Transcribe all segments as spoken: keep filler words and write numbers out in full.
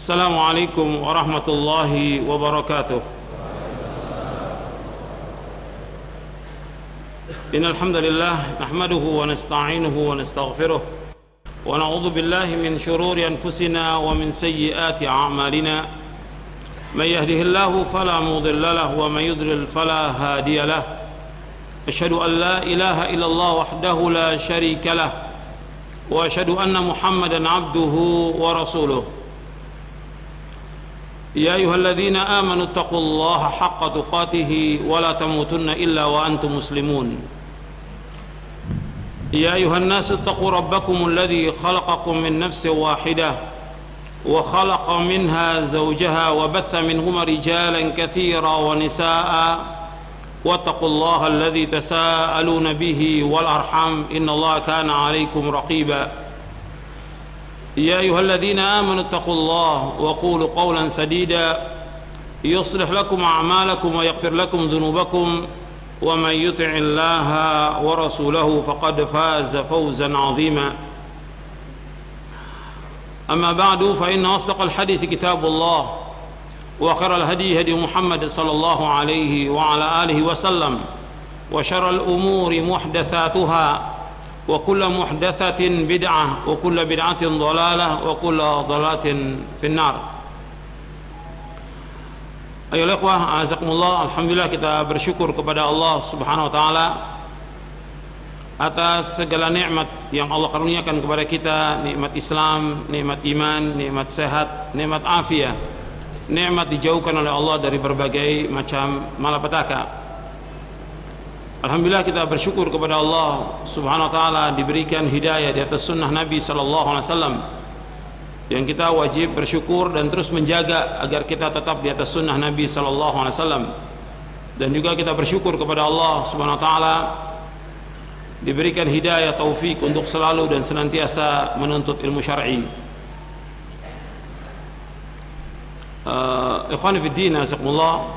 Assalamualaikum warahmatullahi wabarakatuh. Innal hamdalillah nahmaduhu wa nasta'inuhu wa nastaghfiruh wa na'udzu billahi min shururi anfusina wa min sayyiati a'malina. May yahdihillahu fala mudilla lahu wa may yudlil fala hadiya lahu. Asyhadu an la ilaha illallah wahdahu la syarika lahu wa asyhadu anna Muhammadan 'abduhu wa rasuluh. Ya ayyuhalladzina amanu taqullaha haqqa tuqatih wa la tamutunna illa wa antum muslimun. Ya ayyuhan nasu taqu rabbakumul ladzi khalaqakum min nafsin wahidah wa khalaqa minha zawjaha wa batha minhuma rijalan katsiran wa nisaa'a wattaqullaha alladzi tasaaluna bihi wal arham innallaha kana 'alaikum raqiba. يا أيها الذين آمنوا اتقوا الله وقولوا قولا سديدا يصلح لكم أعمالكم ويغفر لكم ذنوبكم ومن يطع الله ورسوله فقد فاز فوزا عظيما. أما بعد فإن أصدق الحديث كتاب الله وخير الهدي هدي محمد صلى الله عليه وعلى آله وسلم وشر الأمور محدثاتها وكل محدثة بدعة وكل بدعة ضلالة وكل ضلالة في النار. Ayolah ikhwah, azakumullah, alhamdulillah kita bersyukur kepada Allah Subhanahu wa taala atas segala nikmat yang Allah karuniakan kepada kita, nikmat Islam, nikmat iman, nikmat sehat, nikmat afiat, nikmat dijauhkan oleh Allah dari berbagai macam malapetaka. Alhamdulillah kita bersyukur kepada Allah Subhanahu wa taala diberikan hidayah di atas sunnah Nabi sallallahu alaihi wasallam, yang kita wajib bersyukur dan terus menjaga agar kita tetap di atas sunnah Nabi sallallahu alaihi wasallam. Dan juga kita bersyukur kepada Allah Subhanahu wa taala diberikan hidayah taufik untuk selalu dan senantiasa menuntut ilmu syar'i. Uh, ikhwan fillah, azakumullah,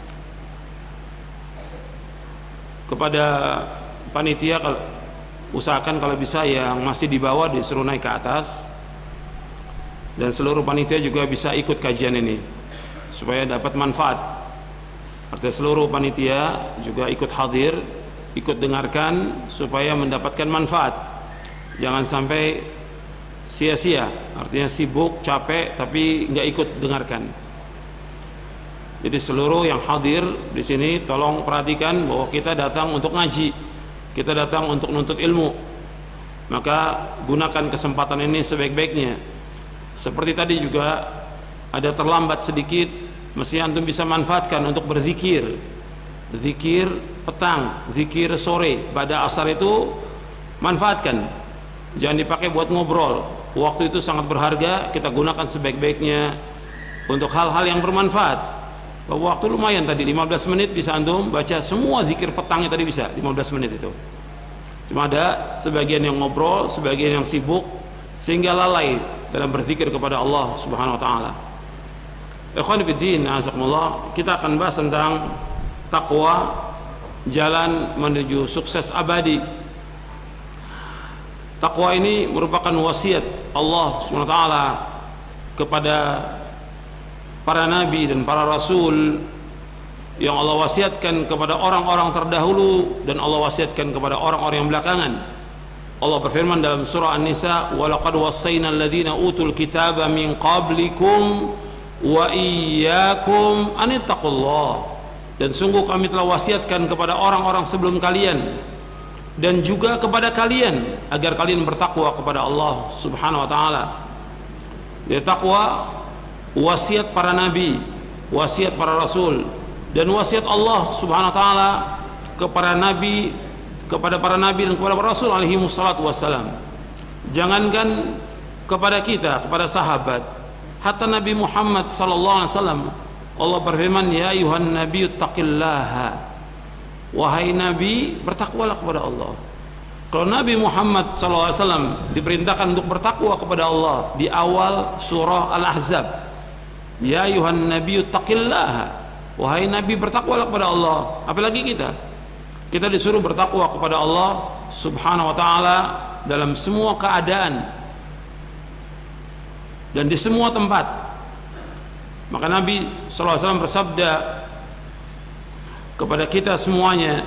kepada panitia, usahakan kalau bisa yang masih di bawah disuruh naik ke atas, dan seluruh panitia juga bisa ikut kajian ini supaya dapat manfaat. Artinya seluruh panitia juga ikut hadir, ikut dengarkan supaya mendapatkan manfaat. Jangan sampai sia-sia, artinya sibuk, capek tapi nggak ikut dengarkan. Jadi seluruh yang hadir di sini tolong perhatikan bahwa kita datang untuk ngaji, kita datang untuk nuntut ilmu. Maka gunakan kesempatan ini sebaik-baiknya. Seperti tadi juga ada terlambat sedikit, mesti antum bisa manfaatkan untuk berzikir. Zikir petang, zikir sore, pada asar itu manfaatkan. Jangan dipakai buat ngobrol. Waktu itu sangat berharga, kita gunakan sebaik-baiknya untuk hal-hal yang bermanfaat. Waktu lumayan tadi, lima belas menit bisa antum baca semua zikir petangnya tadi, bisa lima belas menit itu. Cuma ada sebagian yang ngobrol, sebagian yang sibuk, sehingga lalai dalam berzikir kepada Allah Subhanahu wa taala. Ikhwan fillah, azakumullah, kita akan bahas tentang takwa, jalan menuju sukses abadi. Takwa ini merupakan wasiat Allah Subhanahu wa taala kepada para nabi dan para rasul, yang Allah wasiatkan kepada orang-orang terdahulu dan Allah wasiatkan kepada orang-orang yang belakangan. Allah berfirman dalam surah An-Nisa, "Wa laqad wassayna alladziina utul kitaba min qablikum wa iyyakum an ittaqullah." Dan sungguh kami telah wasiatkan kepada orang-orang sebelum kalian dan juga kepada kalian agar kalian bertakwa kepada Allah Subhanahu wa taala. Ya, takwa wasiat para nabi, wasiat para rasul, dan wasiat Allah Subhanahu wa taala kepada nabi, kepada para nabi dan kepada para rasul alaihi wassalatu wassalam. Jangankan kepada kita, kepada sahabat, hatta Nabi Muhammad sallallahu alaihi wasallam Allah berfirman, "Ya ayuhan nabiyyu taqillaha." Wahai nabi, bertakwalah kepada Allah. Kalau Nabi Muhammad sallallahu alaihi wasallam diperintahkan untuk bertakwa kepada Allah di awal surah Al-Ahzab, "Ya ayuhan nabiyyu taqillaha." Wahai nabi, bertakwalah kepada Allah. Apalagi kita kita disuruh bertakwa kepada Allah Subhanahu wa taala dalam semua keadaan dan di semua tempat. Maka Nabi sallallahu alaihi wasallam bersabda kepada kita semuanya,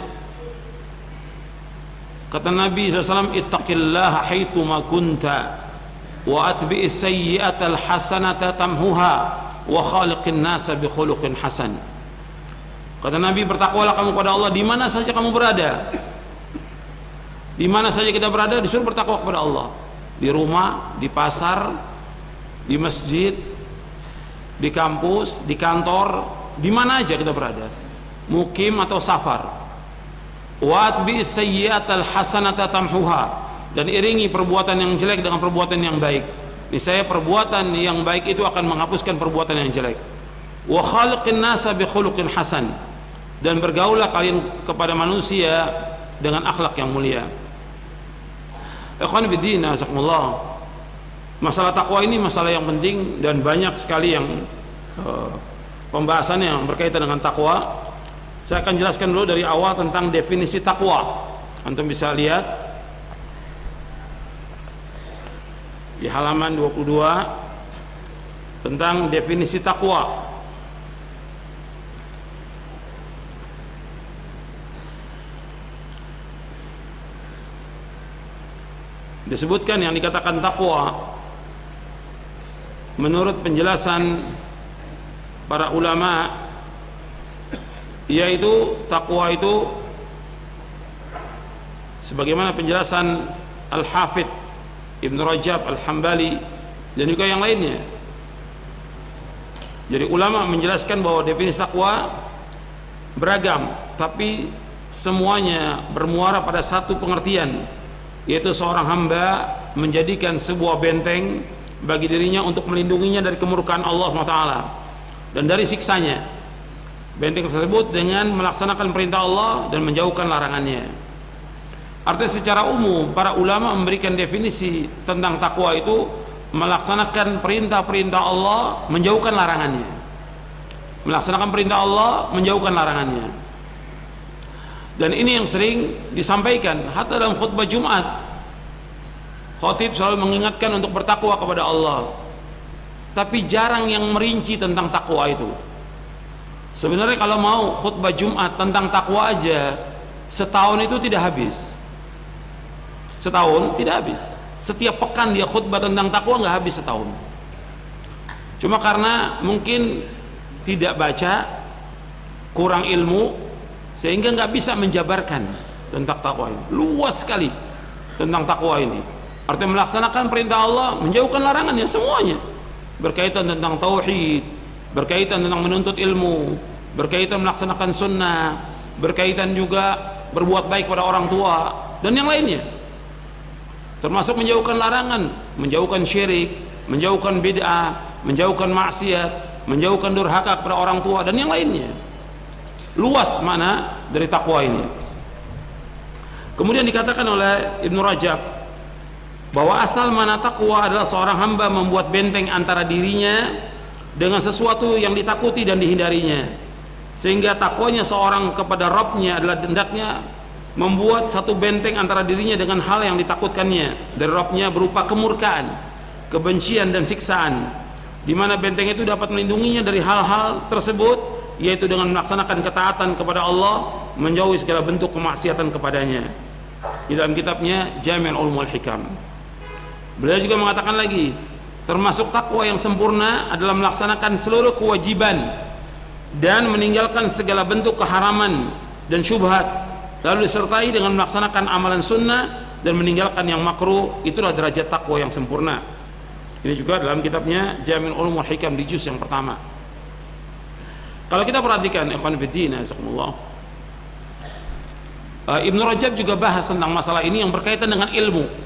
kata Nabi sallallahu alaihi wasallam, ittaqillaha haitsu ma kunta wa atbi'is sayyi'atal hasanata tamhuha wa khaliqin nasa bi khuluqin hasan. Kata Nabi, bertakwalah kamu kepada Allah di mana saja kamu berada. Di mana saja kita berada disuruh bertakwa kepada Allah. Di rumah, di pasar, di masjid, di kampus, di kantor, di mana aja kita berada, mukim atau safar. Wa atbi'is sayyi'atal hasanata tamhuha, dan iringi perbuatan yang jelek dengan perbuatan yang baik. Niscaya perbuatan yang baik itu akan menghapuskan perbuatan yang jelek. Wa khaliqin nasa bi khuluqin hasan, dan bergaulah kalian kepada manusia dengan akhlak yang mulia. Ikhwan fillah, azakumullah. Masalah takwa ini masalah yang penting dan banyak sekali yang uh, pembahasan yang berkaitan dengan takwa. Saya akan jelaskan dulu dari awal tentang definisi takwa. Antum bisa lihat di halaman dua puluh dua tentang definisi takwa. Disebutkan yang dikatakan takwa menurut penjelasan para ulama, yaitu takwa itu sebagaimana penjelasan Al-Hafidh Ibn Rajab Al-Hambali dan juga yang lainnya. Jadi ulama menjelaskan bahwa definisi takwa beragam, tapi semuanya bermuara pada satu pengertian, yaitu seorang hamba menjadikan sebuah benteng bagi dirinya untuk melindunginya dari kemurkaan Allah subhanahu wa taala dan dari siksanya. Benteng tersebut dengan melaksanakan perintah Allah dan menjauhkan larangannya. Artinya secara umum para ulama memberikan definisi tentang takwa itu melaksanakan perintah-perintah Allah, menjauhkan larangannya. Melaksanakan perintah Allah, menjauhkan larangannya. Dan ini yang sering disampaikan hatta dalam khutbah Jumat. Khatib selalu mengingatkan untuk bertakwa kepada Allah, tapi jarang yang merinci tentang takwa itu. Sebenarnya kalau mau khutbah Jumat tentang takwa aja, setahun itu tidak habis. Setahun tidak habis. Setiap pekan dia khutbah tentang takwa nggak habis setahun. Cuma karena mungkin tidak baca, kurang ilmu, sehingga nggak bisa menjabarkan tentang takwa ini. Luas sekali tentang takwa ini. Artinya melaksanakan perintah Allah, menjauhkan larangannya, semuanya berkaitan tentang tauhid, berkaitan tentang menuntut ilmu, berkaitan melaksanakan sunnah, berkaitan juga berbuat baik pada orang tua dan yang lainnya. Termasuk menjauhkan larangan, menjauhkan syirik, menjauhkan bid'ah, menjauhkan maksiat, menjauhkan durhaka kepada orang tua dan yang lainnya. Luas mana dari takwa ini. Kemudian dikatakan oleh Ibn Rajab bahwa asal mana takwa adalah seorang hamba membuat benteng antara dirinya dengan sesuatu yang ditakuti dan dihindarinya, sehingga takwanya seorang kepada Rabbnya adalah hendaknya membuat satu benteng antara dirinya dengan hal yang ditakutkannya dari Rabbnya berupa kemurkaan, kebencian dan siksaan, di mana benteng itu dapat melindunginya dari hal-hal tersebut, yaitu dengan melaksanakan ketaatan kepada Allah, menjauhi segala bentuk kemaksiatan kepadanya. Di dalam kitabnya Jami' Ulumul Hikam, beliau juga mengatakan lagi, termasuk takwa yang sempurna adalah melaksanakan seluruh kewajiban dan meninggalkan segala bentuk keharaman dan syubhat, lalu disertai dengan melaksanakan amalan sunnah dan meninggalkan yang makruh. Itulah derajat takwa yang sempurna. Ini juga dalam kitabnya Jami' Ulumul Hikam di juz yang pertama. Kalau kita perhatikan, ikhwan fillah, jazakumullah, Ibn Rajab juga bahas tentang masalah ini yang berkaitan dengan ilmu.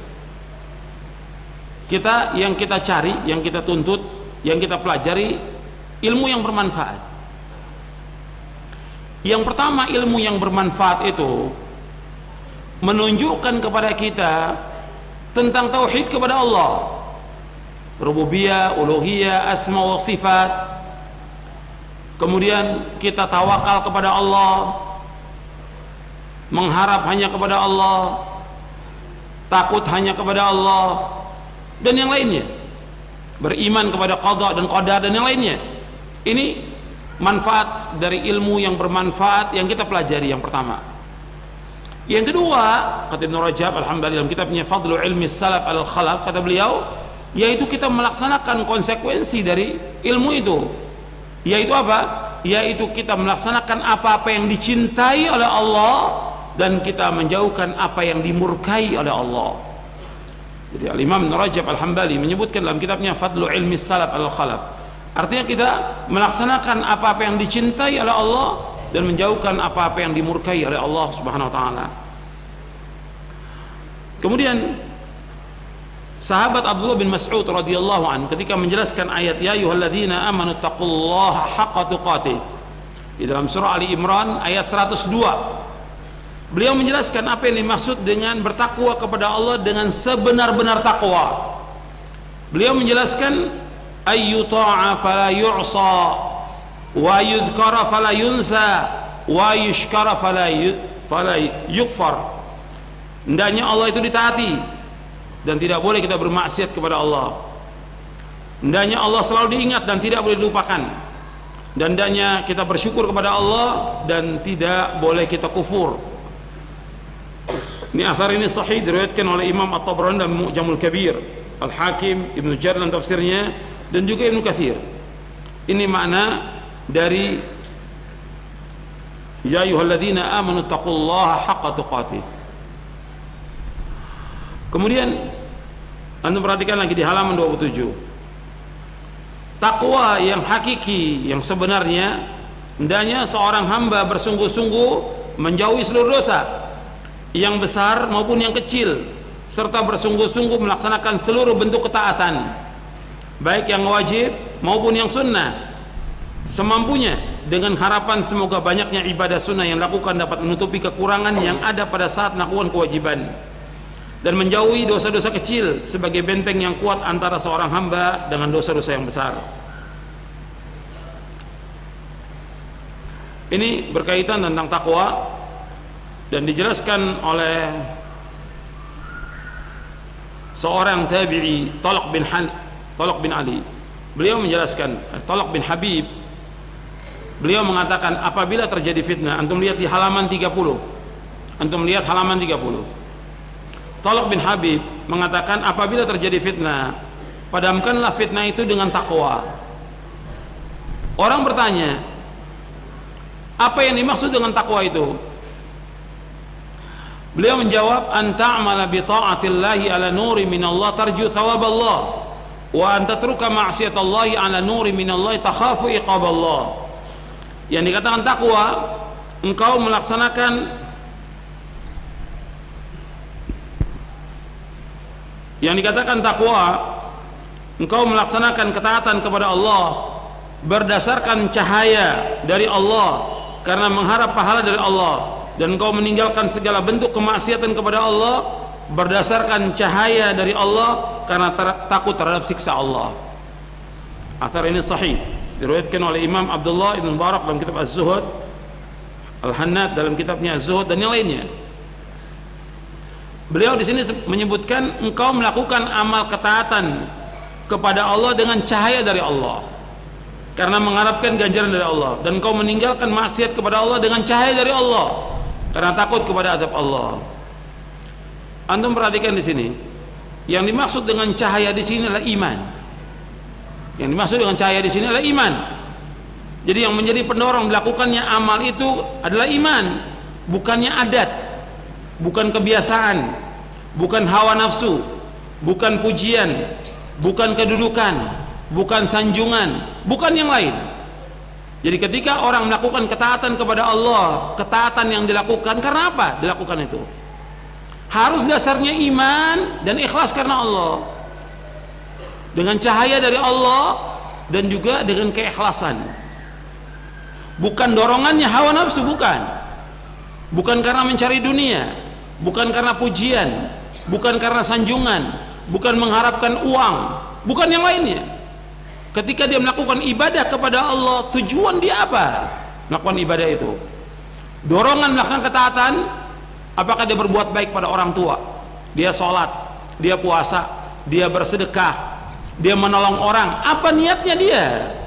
Kita yang kita cari, yang kita tuntut, yang kita pelajari ilmu yang bermanfaat. Yang pertama, ilmu yang bermanfaat itu menunjukkan kepada kita tentang tauhid kepada Allah, rububiyah, uluhiyah, asma wa sifat. Kemudian kita tawakal kepada Allah, mengharap hanya kepada Allah, takut hanya kepada Allah, dan yang lainnya, beriman kepada qada dan qadar dan yang lainnya. Ini manfaat dari ilmu yang bermanfaat yang kita pelajari yang pertama. Yang kedua, kata Ibnu Rajab alhamdulillah dalam kitabnya Fadlu Ilmi Salaf al-Khalaf, kata beliau, yaitu kita melaksanakan konsekuensi dari ilmu itu. Yaitu apa? Yaitu kita melaksanakan apa-apa yang dicintai oleh Allah dan kita menjauhkan apa yang dimurkai oleh Allah. Jadi Al-Imam Ibnu Rajab Al-Hambali menyebutkan dalam kitabnya Fadlu Ilmi Salaf al-Khalaf, artinya kita melaksanakan apa-apa yang dicintai oleh Allah dan menjauhkan apa-apa yang dimurkai oleh Allah Subhanahu wa taala. Kemudian sahabat Abdullah bin Mas'ud radhiyallahu an ketika menjelaskan ayat ya ayyuhalladzina amanu taqullaha haqqa tuqatih di dalam surah Ali Imran ayat seratus dua, beliau menjelaskan apa yang dimaksud dengan bertakwa kepada Allah dengan sebenar-benar takwa. Beliau menjelaskan ayyuta'a fala yu'sa wa yudhkara fala yunsa wa yushkara fala fala yukfar. Hendaknya Allah itu ditaati dan tidak boleh kita bermaksiat kepada Allah. Hendaknya Allah selalu diingat dan tidak boleh dilupakan. Dan hendaknya kita bersyukur kepada Allah dan tidak boleh kita kufur. Ini asar ini sahih diriwayatkan oleh Imam At-Tabrani dalam Mu'jamul Kabir, Al-Hakim, Ibnu Jarir dalam tafsirnya dan juga Ibnu Katsir. Ini makna dari ya ayyuhalladzina amanu taqullaha haqqa tuqatih. Kemudian anda perhatikan lagi di halaman dua puluh tujuh. Takwa yang hakiki, yang sebenarnya, hendaknya seorang hamba bersungguh-sungguh menjauhi seluruh dosa, yang besar maupun yang kecil, serta bersungguh-sungguh melaksanakan seluruh bentuk ketaatan, baik yang wajib maupun yang sunnah, semampunya, dengan harapan semoga banyaknya ibadah sunnah yang lakukan dapat menutupi kekurangan yang ada pada saat melakukan kewajiban, dan menjauhi dosa-dosa kecil sebagai benteng yang kuat antara seorang hamba dengan dosa-dosa yang besar. Ini berkaitan tentang takwa dan dijelaskan oleh seorang tabi'i Talq bin Han, Talq bin Ali. Beliau menjelaskan, Talq bin Habib, beliau mengatakan apabila terjadi fitnah, antum lihat di halaman tiga puluh. Antum lihat halaman tiga puluh. Talq bin Habib mengatakan apabila terjadi fitnah, padamkanlah fitnah itu dengan takwa. Orang bertanya, apa yang dimaksud dengan takwa itu? Beliau menjawab, an ta'mala bi ta'atillahi ala nuri minallah tarju thawaballah wa an tatruka ma'siyatallahi ala nuri minallahi takhafu iqaballah. Yang dikatakan takwa, engkau melaksanakan Yang dikatakan takwa, engkau melaksanakan ketaatan kepada Allah berdasarkan cahaya dari Allah karena mengharap pahala dari Allah, dan engkau meninggalkan segala bentuk kemaksiatan kepada Allah berdasarkan cahaya dari Allah karena ter takut terhadap siksa Allah. Athar ini sahih diriwayatkan oleh Imam Abdullah Ibn Mubarak dalam kitab Az-Zuhud, Al-Hannad dalam kitabnya Az-Zuhud, dan yang lainnya. Beliau di sini menyebutkan engkau melakukan amal ketaatan kepada Allah dengan cahaya dari Allah karena mengharapkan ganjaran dari Allah, dan engkau meninggalkan maksiat kepada Allah dengan cahaya dari Allah karena takut kepada azab Allah. Antum perhatikan di sini, yang dimaksud dengan cahaya di sini adalah iman. Yang dimaksud dengan cahaya di sini adalah iman. Jadi yang menjadi pendorong dilakukannya amal itu adalah iman, bukannya adat, bukan kebiasaan, bukan hawa nafsu, bukan pujian, bukan kedudukan, bukan sanjungan, bukan yang lain. Jadi ketika orang melakukan ketaatan kepada Allah, ketaatan yang dilakukan karena apa dilakukan itu? Harus dasarnya iman dan ikhlas karena Allah, dengan cahaya dari Allah dan juga dengan keikhlasan, bukan dorongannya hawa nafsu, bukan bukan karena mencari dunia, bukan karena pujian, bukan karena sanjungan, bukan mengharapkan uang, bukan yang lainnya. Ketika dia melakukan ibadah kepada Allah, tujuan dia apa melakukan ibadah itu? Dorongan melaksanakan ketaatan, apakah dia berbuat baik pada orang tua, dia sholat, dia puasa, dia bersedekah, dia menolong orang, apa niatnya dia?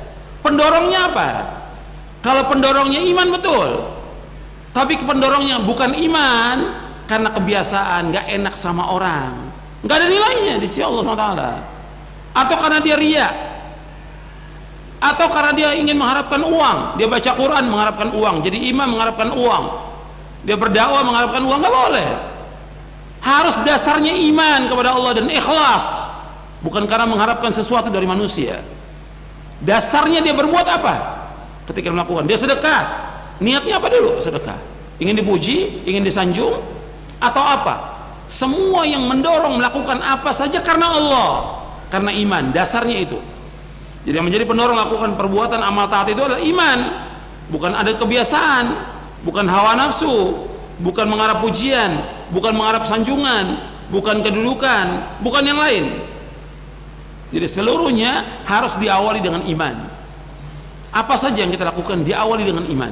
Pendorongnya apa? Kalau pendorongnya iman betul, tapi pendorongnya bukan iman, karena kebiasaan, nggak enak sama orang, nggak ada nilainya di sisi Allah subhanahu wa taala. Atau karena dia riya, atau karena dia ingin mengharapkan uang, dia baca Quran mengharapkan uang, jadi imam mengharapkan uang, dia berdakwah mengharapkan uang, nggak boleh. Harus dasarnya iman kepada Allah dan ikhlas, bukan karena mengharapkan sesuatu dari manusia. Dasarnya dia berbuat apa ketika melakukan? Dia sedekah, niatnya apa dulu? Sedekah, ingin dipuji, ingin disanjung, atau apa? Semua yang mendorong melakukan apa saja karena Allah, karena iman, dasarnya itu. Jadi yang menjadi pendorong melakukan perbuatan amal taat itu adalah iman, bukan ada kebiasaan, bukan hawa nafsu, bukan mengharap pujian, bukan mengharap sanjungan, bukan kedudukan, bukan yang lain. Jadi seluruhnya harus diawali dengan iman. Apa saja yang kita lakukan diawali dengan iman.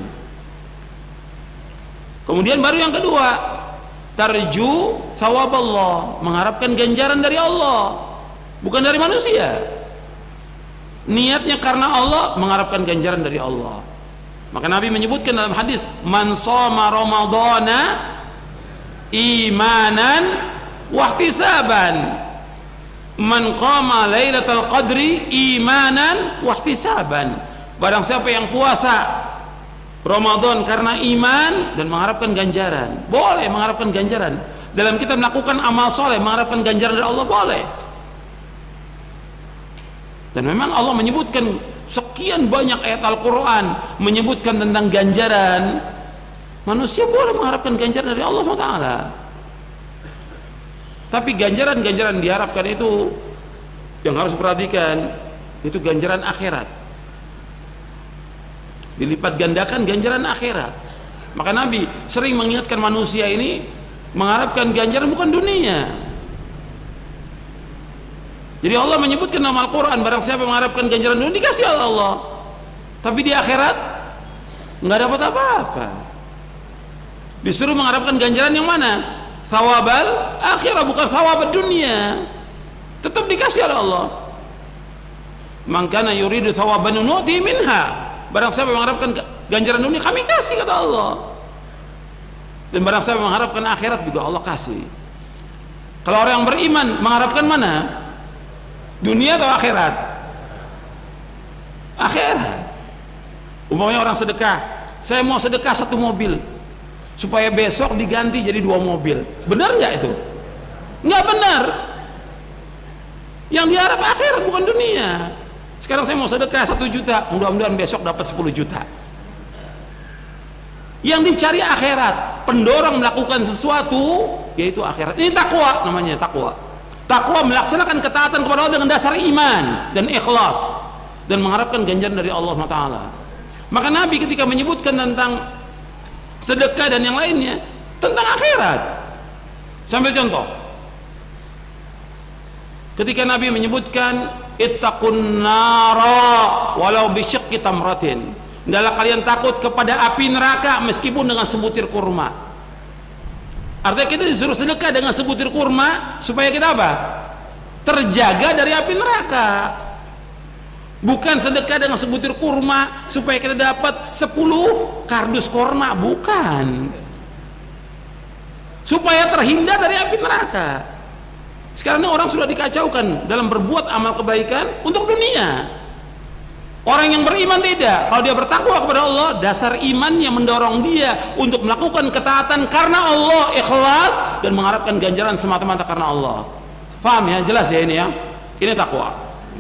Kemudian baru yang kedua, tarju thawaballah, mengharapkan ganjaran dari Allah, bukan dari manusia. Niatnya karena Allah, mengharapkan ganjaran dari Allah. Maka Nabi menyebutkan dalam hadis, man shoma ramadhana imanan wahtisaban, man qama lailatul qadri imanan wahtisaban. Barang siapa yang puasa Ramadan karena iman dan mengharapkan ganjaran, boleh mengharapkan ganjaran. Dalam kita melakukan amal soleh, mengharapkan ganjaran dari Allah, boleh. Dan memang Allah menyebutkan sekian banyak ayat Al-Quran menyebutkan tentang ganjaran. Manusia boleh mengharapkan ganjaran dari Allah subhanahu wa taala. Tapi ganjaran-ganjaran diharapkan itu yang harus perhatikan, itu ganjaran akhirat, dilipat gandakan ganjaran akhirat. Maka Nabi sering mengingatkan manusia ini mengharapkan ganjaran bukan dunia. Jadi Allah menyebutkan dalam Al-Quran, barang siapa mengharapkan ganjaran dunia dikasih oleh Allah, tapi di akhirat nggak dapat apa-apa. Disuruh mengharapkan ganjaran yang mana? Thawabal akhirah, bukan thawabal dunia. Tetap dikasih oleh Allah. Man kana yuridu thawaban nu'ti minha, barang siapa mengharapkan ganjaran dunia kami kasih, kata Allah. Dan barang siapa mengharapkan akhirat juga Allah kasih. Kalau orang yang beriman mengharapkan mana? Dunia atau akhirat? Akhirat. Umpamanya orang sedekah, saya mau sedekah satu mobil supaya besok diganti jadi dua mobil. Benar nggak itu? Nggak benar. Yang diharap akhirat bukan dunia. Sekarang saya mau sedekah satu juta, mudah-mudahan besok dapat sepuluh juta. Yang dicari akhirat, pendorong melakukan sesuatu yaitu akhirat. Ini takwa namanya, takwa. Takwa melaksanakan ketaatan kepada Allah dengan dasar iman dan ikhlas dan mengharapkan ganjaran dari Allah subhanahu wa taala. Maka Nabi ketika menyebutkan tentang sedekah dan yang lainnya tentang akhirat, sambil contoh, ketika Nabi menyebutkan ittaqun nara walau bisyiqqi tamratin, hendaklah kalian takut kepada api neraka meskipun dengan sebutir kurma. Artinya kita disuruh sedekah dengan sebutir kurma supaya kita apa? Terjaga dari api neraka. Bukan sedekah dengan sebutir kurma supaya kita dapat sepuluh kardus kurma, bukan. Supaya terhindar dari api neraka. Sekarang ini orang sudah dikacaukan dalam berbuat amal kebaikan untuk dunia. Orang yang beriman tidak. Kalau dia bertakwa kepada Allah, dasar imannya mendorong dia untuk melakukan ketaatan karena Allah, ikhlas dan mengharapkan ganjaran semata-mata karena Allah. Faham ya? Jelas ya ini ya? Ini takwa.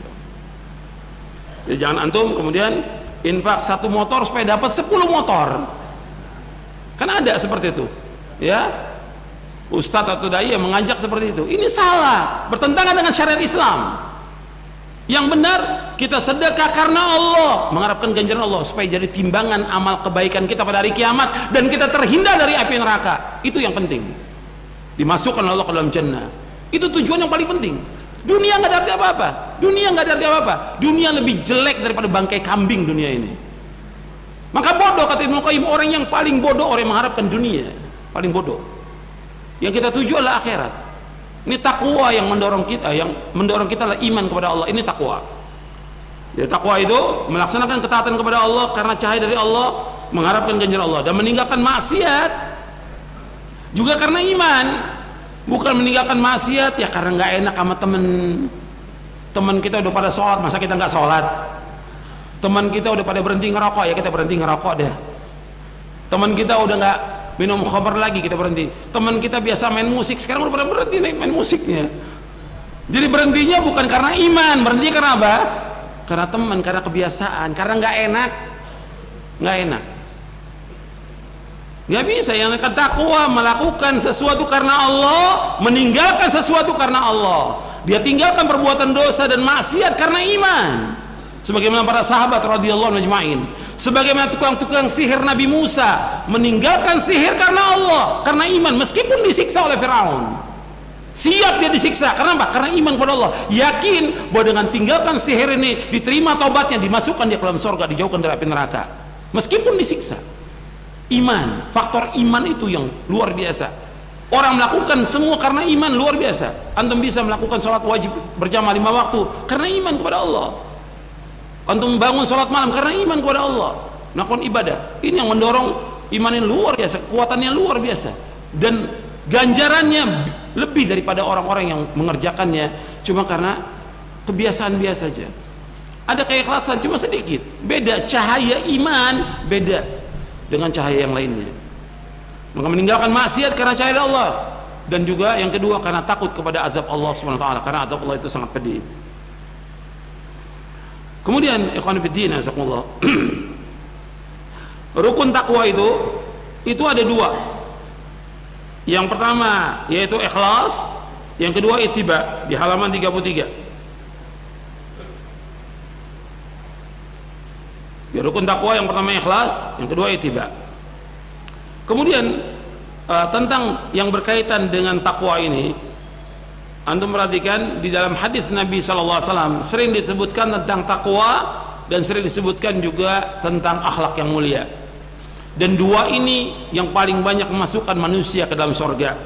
Jadi jangan antum kemudian infak satu motor supaya dapat sepuluh motor. Kan ada seperti itu. Ya? Ustadz atau dai yang mengajak seperti itu. Ini salah, bertentangan dengan syariat Islam. Yang benar kita sedekah karena Allah, mengharapkan ganjaran Allah supaya jadi timbangan amal kebaikan kita pada hari kiamat dan kita terhindar dari api neraka. Itu yang penting. Dimasukkan Allah ke dalam jannah. Itu tujuan yang paling penting. Dunia nggak ada arti apa-apa. Dunia nggak ada arti apa-apa. Dunia lebih jelek daripada bangkai kambing dunia ini. Maka bodoh kata Ibnu Qayyim, orang yang paling bodoh orang yang mengharapkan dunia, paling bodoh. Yang kita tuju adalah akhirat. Ini takwa yang mendorong kita, yang mendorong kita adalah iman kepada Allah. Ini takwa. Jadi takwa itu melaksanakan ketaatan kepada Allah karena cahaya dari Allah, mengharapkan ganjaran Allah, dan meninggalkan maksiat juga karena iman. Bukan meninggalkan maksiat ya karena nggak enak sama temen teman kita udah pada sholat, masa kita nggak sholat. Teman kita udah pada berhenti ngerokok, ya kita berhenti ngerokok deh. Teman kita udah nggak minum khamr lagi, kita berhenti. Teman kita biasa main musik, sekarang udah pada berhenti nih main musiknya. Jadi berhentinya bukan karena iman, berhenti karena apa? Karena teman, karena kebiasaan, karena nggak enak, nggak enak. Nggak bisa. Yang akan takwa melakukan sesuatu karena Allah, meninggalkan sesuatu karena Allah. Dia tinggalkan perbuatan dosa dan maksiat karena iman. Sebagaimana para sahabat radhiyallahu anhum ajma'in. Sebagaimana tukang-tukang sihir Nabi Musa meninggalkan sihir karena Allah, karena iman, meskipun disiksa oleh Firaun. Siap dia disiksa. Kenapa? Karena iman kepada Allah. Yakin bahwa dengan tinggalkan sihir ini diterima taubatnya, dimasukkan dia ke dalam surga, dijauhkan dari api neraka. Meskipun disiksa. Iman, faktor iman itu yang luar biasa. Orang melakukan semua karena iman, luar biasa. Antum bisa melakukan sholat wajib berjamaah lima waktu karena iman kepada Allah. Antum membangun sholat malam karena iman kepada Allah, melakukan ibadah. Ini yang mendorong iman yang luar biasa, kekuatannya luar biasa, dan ganjarannya lebih daripada orang-orang yang mengerjakannya cuma karena kebiasaan biasa saja. Ada keikhlasan cuma sedikit, beda cahaya iman, beda dengan cahaya yang lainnya. Maka meninggalkan maksiat karena cahaya Allah, dan juga yang kedua karena takut kepada azab Allah subhanahu wa taala, karena azab Allah itu sangat pedih. Kemudian ikhwan fillah, jazakumullah. Rukun takwa itu itu ada dua. Yang pertama yaitu ikhlas, yang kedua ittiba, di halaman tiga puluh tiga. Ya, rukun takwa yang pertama ikhlas, yang kedua ittiba. Kemudian uh, tentang yang berkaitan dengan takwa ini, antum perhatikan di dalam hadis Nabi sallallahu alaihi wasallam sering disebutkan tentang takwa dan sering disebutkan juga tentang akhlak yang mulia. Dan dua ini yang paling banyak memasukkan manusia ke dalam surga.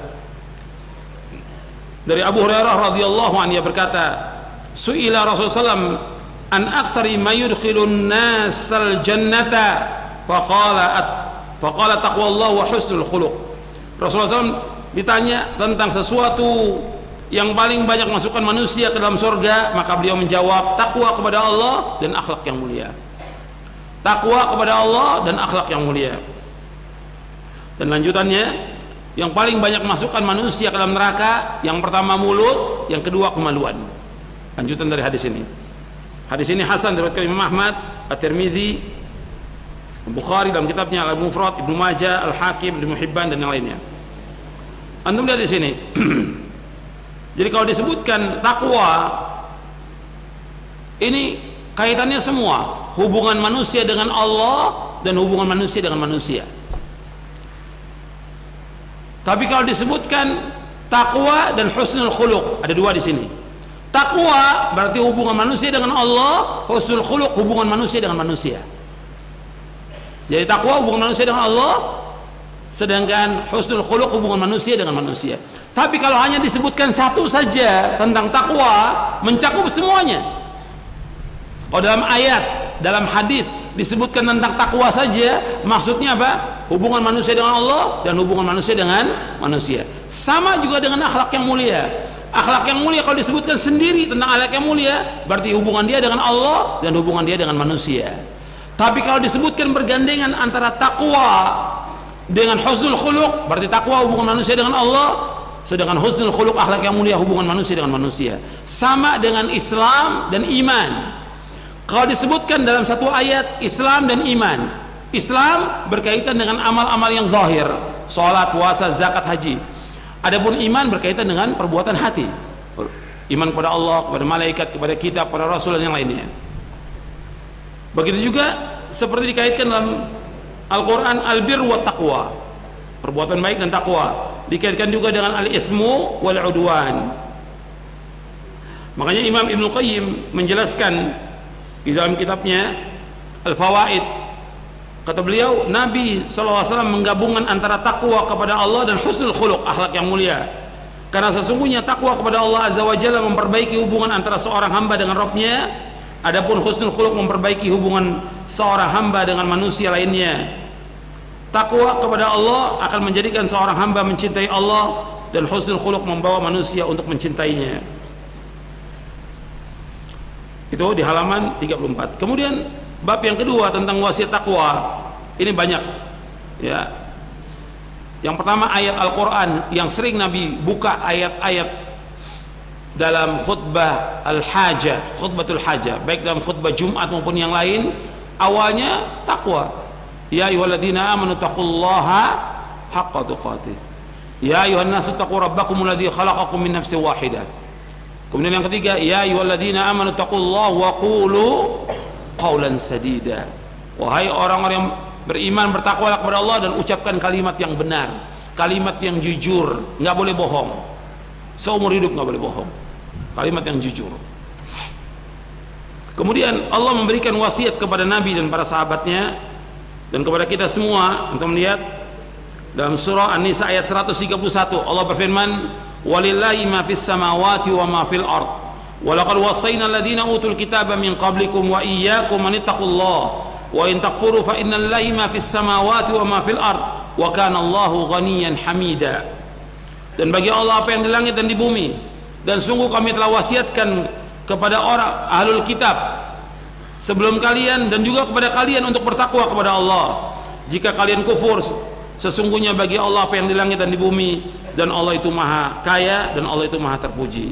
Dari Abu Hurairah radhiyallahu anhu, ia berkata, "Su'ila Rasulullah sallallahu alaihi wasallam an aktsari ma yudkhilun nasal jannata faqala faqala taqwallahu wa husnul khuluq." Rasulullah sallallahu alaihi wasallam ditanya tentang sesuatu yang paling banyak masukkan manusia ke dalam surga, maka beliau menjawab takwa kepada Allah dan akhlak yang mulia. Takwa kepada Allah dan akhlak yang mulia. Dan lanjutannya, yang paling banyak masukkan manusia ke dalam neraka, yang pertama mulut, yang kedua kemaluan. Lanjutan dari hadis ini. Hadis ini hasan diriwayatkan Imam Ahmad, At-Tirmidzi, Bukhari dalam kitabnya Al-Mufrad, Ibnu Majah, Al-Hakim, Ibnu Hibban, dan yang lainnya. Antum lihat di sini. Jadi kalau disebutkan takwa, ini kaitannya semua, hubungan manusia dengan Allah dan hubungan manusia dengan manusia. Tapi kalau disebutkan takwa dan husnul khuluq, ada dua di sini. Takwa berarti hubungan manusia dengan Allah, husnul khuluq hubungan manusia dengan manusia. Jadi takwa hubungan manusia dengan Allah, sedangkan husnul khuluq hubungan manusia dengan manusia. Tapi kalau hanya disebutkan satu saja tentang takwa, mencakup semuanya. Kalau dalam ayat, dalam hadis disebutkan tentang takwa saja, maksudnya apa? Hubungan manusia dengan Allah dan hubungan manusia dengan manusia. Sama juga dengan akhlak yang mulia. Akhlak yang mulia kalau disebutkan sendiri tentang akhlak yang mulia, berarti hubungan dia dengan Allah dan hubungan dia dengan manusia. Tapi kalau disebutkan bergandengan antara takwa dengan husnul khuluq, berarti takwa hubungan manusia dengan Allah, sedangkan husnul khuluq akhlak yang mulia hubungan manusia dengan manusia. Sama dengan Islam dan iman. Kalau disebutkan dalam satu ayat Islam dan iman, Islam berkaitan dengan amal-amal yang zahir, salat, puasa, zakat, haji. Adapun iman berkaitan dengan perbuatan hati, iman kepada Allah, kepada malaikat, kepada kitab, kepada rasul dan yang lainnya. Begitu juga seperti dikaitkan dalam Al-Quran, al-bir wa taqwa, perbuatan baik dan takwa, dikaitkan juga dengan al-ithmu wal udwan. Makanya Imam Ibnu Qayyim menjelaskan di dalam kitabnya Al-Fawaid, kata beliau, Nabi shallallahu alaihi wasallam menggabungkan antara takwa kepada Allah dan husnul khuluq, akhlak yang mulia. Karena sesungguhnya takwa kepada Allah azza wa jalla memperbaiki hubungan antara seorang hamba dengan Rabbnya, Adapun husnul khuluq memperbaiki hubungan seorang hamba dengan manusia lainnya. Takwa kepada Allah akan menjadikan seorang hamba mencintai Allah, dan husnul khuluq membawa manusia untuk mencintainya. Itu di halaman tiga puluh empat. Kemudian bab yang kedua tentang wasiat takwa. Ini banyak ya. Yang pertama ayat Al-Qur'an yang sering Nabi buka ayat-ayat dalam khutbah al-hajah, khutbatul hajah, baik dalam khutbah Jumat maupun yang lain, awalnya takwa. Ya ayyuhalladzina amanu taqullaha haqqa tuqatih. Ya ayyuhan nasu taqu rabbakumul ladzi khalaqakum min nafsin wahidah. Kemudian yang ketiga, ya ayyuhalladzina amanu taqullaha wa qulu qawlan sadida. Wahai orang-orang yang beriman, bertakwalah kepada Allah dan ucapkan kalimat yang benar, kalimat yang jujur, nggak boleh bohong. Seumur hidup nggak boleh bohong, kalimat yang jujur. Kemudian Allah memberikan wasiat kepada Nabi dan para sahabatnya dan kepada kita semua untuk melihat dalam surah An-Nisa ayat seratus tiga puluh satu. Allah berfirman, walillahi ma fis samawati wa ma fil ard wa laqad wassayna alladziina utul kitaba min qablikum wa iyyakum an ittaqullaha wa in takfuru fa inna lillahi ma fis samawati wa ma fil ard wa kana Allahu ghaniyan hamida. Dan bagi Allah apa yang di langit dan di bumi, dan sungguh kami telah wasiatkan kepada orang ahlul kitab sebelum kalian dan juga kepada kalian untuk bertakwa kepada Allah. Jika kalian kufur, sesungguhnya bagi Allah apa yang di langit dan di bumi, dan Allah itu maha kaya dan Allah itu maha terpuji.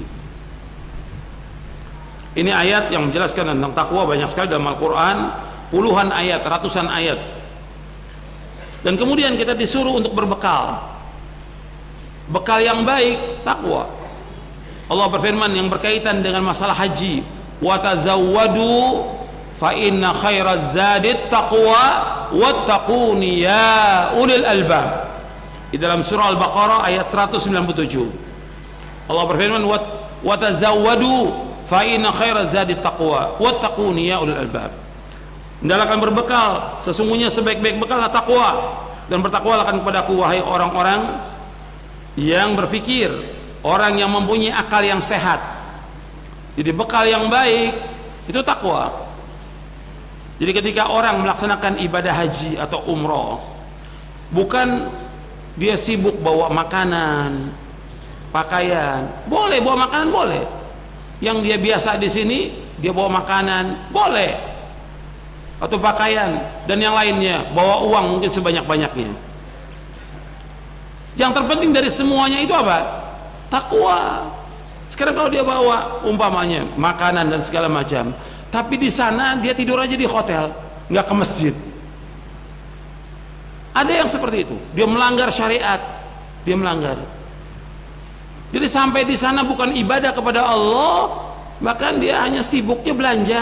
Ini ayat yang menjelaskan tentang takwa banyak sekali dalam Al-Quran, puluhan ayat, ratusan ayat. Dan kemudian kita disuruh untuk berbekal. Bekal yang baik, takwa. Allah berfirman yang berkaitan dengan masalah haji, wa tazawwadu fa inna khairaz zadit taqwa wattaquni ya ulil albab. Di dalam surah Al-Baqarah ayat seratus sembilan puluh tujuh. Allah berfirman wa tazawwadu fa inna khairaz zadit taqwa wattaquni ya ulil albab. Hendaklah berbekal, sesungguhnya sebaik-baik bekal adalah takwa, dan bertakwalah kepadaku wahai orang-orang yang berfikir, orang yang mempunyai akal yang sehat. Jadi bekal yang baik itu takwa. Jadi ketika orang melaksanakan ibadah haji atau umroh, bukan dia sibuk bawa makanan, pakaian. Boleh bawa makanan, boleh. Yang dia biasa di sini dia bawa makanan, boleh. Atau pakaian dan yang lainnya, bawa uang mungkin sebanyak-banyaknya. Yang terpenting dari semuanya itu apa? Takwa. Sekarang kalau dia bawa umpamanya makanan dan segala macam, tapi di sana dia tidur aja di hotel, nggak ke masjid. Ada yang seperti itu. Dia melanggar syariat, dia melanggar. Jadi sampai di sana bukan ibadah kepada Allah, bahkan dia hanya sibuknya belanja.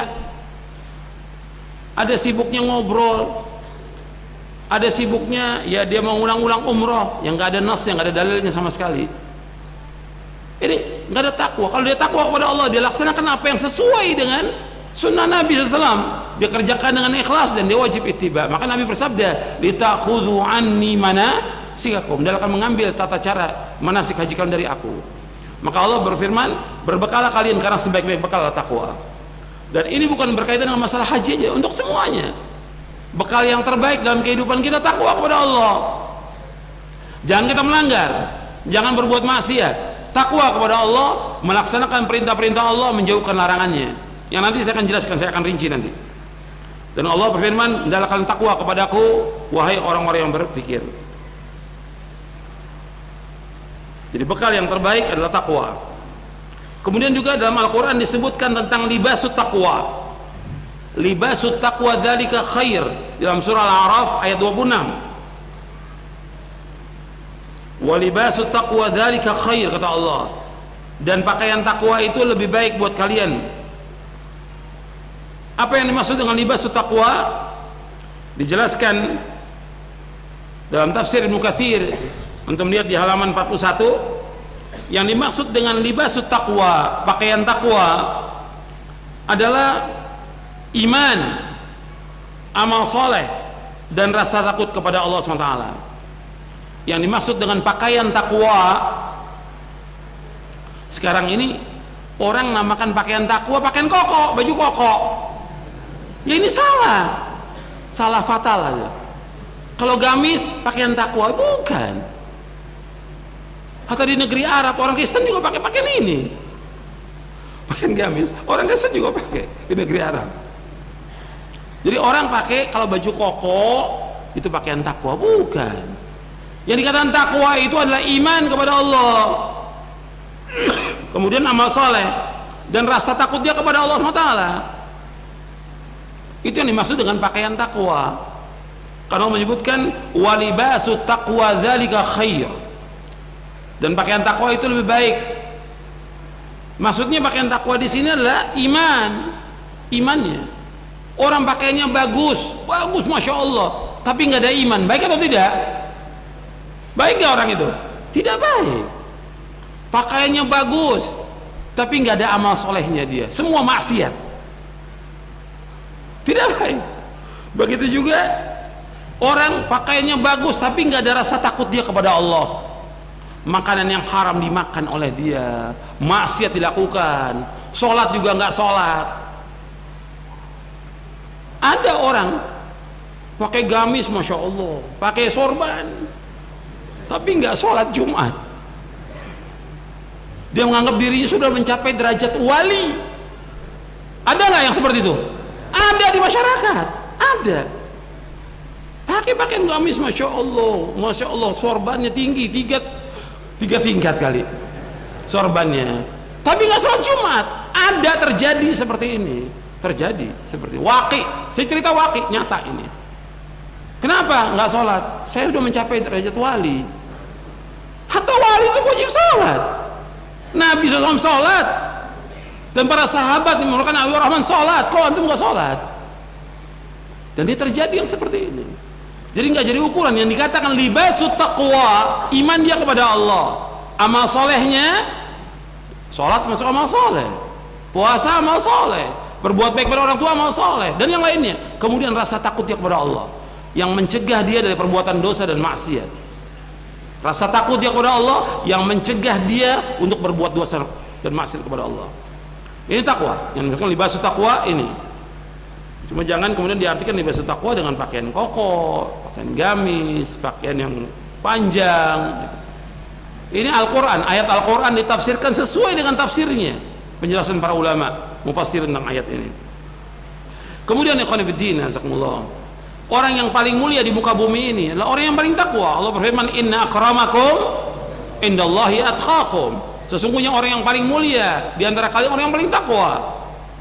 Ada sibuknya ngobrol. Ada sibuknya ya dia mau ulang-ulang umroh yang nggak ada nas, yang nggak ada dalilnya sama sekali. Ini nggak ada takwa. Kalau dia takwa kepada Allah, dia laksanakan apa yang sesuai dengan sunnah Nabi shallallahu alaihi wasallam. Dia kerjakan dengan ikhlas dan dia wajib ittiba. Maka Nabi bersabda, litakhudhu anni manasikakum, dia akan mengambil tata cara manasik haji kalian dari aku. Maka Allah berfirman, berbekalah kalian karena sebaik-baik bekal adalah takwa. Dan ini bukan berkaitan dengan masalah haji aja, untuk semuanya. Bekal yang terbaik dalam kehidupan kita takwa kepada Allah. Jangan kita melanggar, jangan berbuat maksiat. Takwa kepada Allah, melaksanakan perintah-perintah Allah, menjauhkan larangannya. Yang nanti saya akan jelaskan, saya akan rinci nanti. Dan Allah berfirman, hendaklah kalian takwa kepadaku wahai orang-orang yang berpikir. Jadi bekal yang terbaik adalah takwa. Kemudian juga dalam Al-Quran disebutkan tentang libasut taqwa. Libasut taqwa dzalika khair, dalam surah Al-A'raf ayat dua puluh enam. Wa libasut taqwa dzalika khair, kata Allah. Dan pakaian takwa itu lebih baik buat kalian. Apa yang dimaksud dengan libasut taqwa? Dijelaskan dalam tafsir Ibnu Katsir, untuk melihat di halaman empat puluh satu. Yang dimaksud dengan libasut taqwa, pakaian takwa, adalah iman, amal soleh, dan rasa takut kepada Allah subhanahu wa taala. Yang dimaksud dengan pakaian takwa, sekarang ini orang namakan pakaian takwa pakaian koko, baju koko. Ya ini salah, salah fatal aja. Kalau gamis pakaian takwa, bukan. Hatta di negeri Arab orang Kristen juga pakai pakaian ini, pakaian gamis. Orang Kristen juga pakai di negeri Arab. Jadi orang pakai kalau baju koko itu pakaian takwa, bukan. Yang dikatakan takwa itu adalah iman kepada Allah, kemudian amal soleh dan rasa takut dia kepada Allah subhanahu wa taala. Itu yang dimaksud dengan pakaian takwa. Karena Allah menyebutkan walibasu taqwa dzalika khair, dan pakaian takwa itu lebih baik. Maksudnya pakaian takwa di sini adalah iman, imannya. Orang pakaiannya bagus, bagus masya Allah, tapi nggak ada iman, baik atau tidak? Baik nggak orang itu? Tidak baik. Pakaiannya bagus, tapi nggak ada amal solehnya dia, semua maksiat. Tidak baik. Begitu juga orang pakaiannya bagus, tapi nggak ada rasa takut dia kepada Allah. Makanan yang haram dimakan oleh dia, maksiat dilakukan, sholat juga nggak sholat. Ada orang pakai gamis masya Allah, pakai sorban, tapi nggak sholat Jumat. Dia menganggap dirinya sudah mencapai derajat wali. Ada nggak yang seperti itu? Ada di masyarakat, ada. Pakai pakaian gamis masya Allah, masya Allah, sorbannya tinggi, tiga tiga tingkat kali sorbannya, tapi nggak sholat Jumat. Ada terjadi seperti ini, terjadi seperti waqi. Saya cerita waqi nyata ini. Kenapa nggak sholat? Saya sudah mencapai derajat wali. Hatta wali itu wajib sholat. Nabi shallallahu alaihi wasallam sholat, dan para sahabat mengatakan Abi Rahman sholat, kok antum nggak sholat? Dan ini terjadi yang seperti ini. Jadi nggak jadi ukuran. Yang dikatakan libasu taqwa, iman dia kepada Allah, amal solehnya, sholat masuk amal soleh, puasa amal soleh, berbuat baik pada orang tua amal soleh, dan yang lainnya. Kemudian rasa takut dia kepada Allah, yang mencegah dia dari perbuatan dosa dan maksiat. Rasa takut dia kepada Allah yang mencegah dia untuk berbuat dosa dan maksiat kepada Allah. Ini takwa. Yang disebutkan libasu takwa ini. Cuma jangan kemudian diartikan libasu takwa dengan pakaian koko, pakaian gamis, pakaian yang panjang. Ini Al-Quran, ayat Al-Quran ditafsirkan sesuai dengan tafsirnya, penjelasan para ulama mufassir tentang ayat ini. Kemudian ikhwan fillah, jazakumullah, orang yang paling mulia di muka bumi ini adalah orang yang paling takwa. Allah berfirman, inna akramakum indallahi atqakum. Sesungguhnya orang yang paling mulia di antara kalian orang yang paling takwa.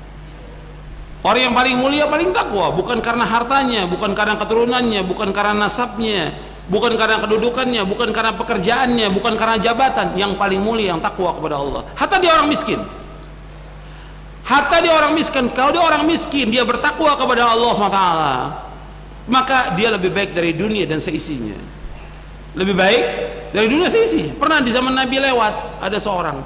Orang yang paling mulia paling takwa, bukan karena hartanya, bukan karena keturunannya, bukan karena nasabnya, bukan karena kedudukannya, bukan karena pekerjaannya, bukan karena jabatan. Yang paling mulia yang takwa kepada Allah. Hatta dia orang miskin, hatta dia orang miskin, kalau dia orang miskin dia bertakwa kepada Allah subhanahu wa taala, maka dia lebih baik dari dunia dan seisinya. Lebih baik dari dunia seisi. Pernah di zaman Nabi lewat ada seorang,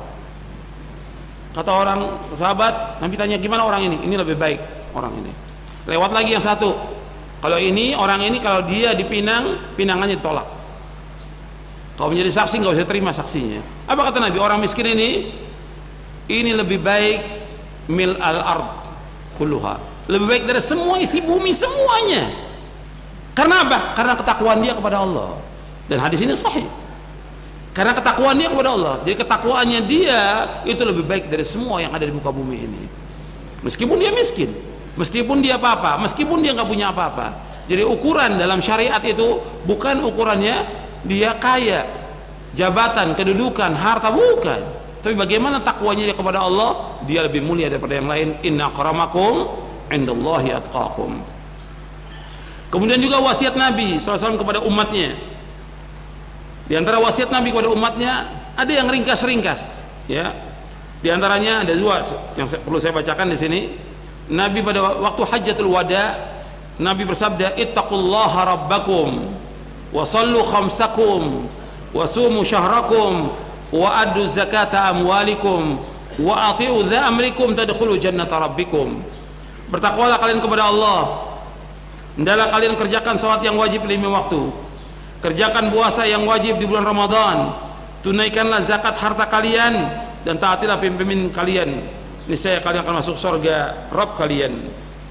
kata orang sahabat, Nabi tanya gimana orang ini? Ini lebih baik orang ini. Lewat lagi yang satu, kalau ini orang ini kalau dia dipinang, pinangannya ditolak. Kalau menjadi saksi nggak usah terima saksinya. Apa kata Nabi? Orang miskin ini, ini lebih baik mil al ard kulluha, lebih baik dari semua isi bumi semuanya. Karena apa? Karena ketakwaan dia kepada Allah. Dan hadis ini sahih. Karena ketakwaan dia kepada Allah. Jadi ketakwaannya dia itu lebih baik dari semua yang ada di muka bumi ini. Meskipun dia miskin, meskipun dia apa-apa, meskipun dia nggak punya apa-apa. Jadi ukuran dalam syariat itu bukan ukurannya dia kaya, jabatan, kedudukan, harta, bukan. Tapi bagaimana takwanya dia kepada Allah, dia lebih mulia daripada yang lain. Inna akramakum indallahi atqakum. Kemudian juga wasiat Nabi shallallahu alaihi wasallam kepada umatnya. Di antara wasiat Nabi kepada umatnya ada yang ringkas-ringkas, ya. Di antaranya ada dua yang perlu saya bacakan di sini. Nabi pada waktu Hajjatul Wada, Nabi bersabda, "Ittaqullaha rabbakum wa sallu khamsakum wa sumu syahrakum wa addu zakata amwalikum wa ati'u dha amrikum tadkhulu jannata rabbikum." Bertakwalah kalian kepada Allah. Hendaklah kalian kerjakan salat yang wajib lima waktu. Kerjakan puasa yang wajib di bulan Ramadan. Tunaikanlah zakat harta kalian dan taatilah pemimpin kalian. Niscaya kalian akan masuk surga Rabb kalian.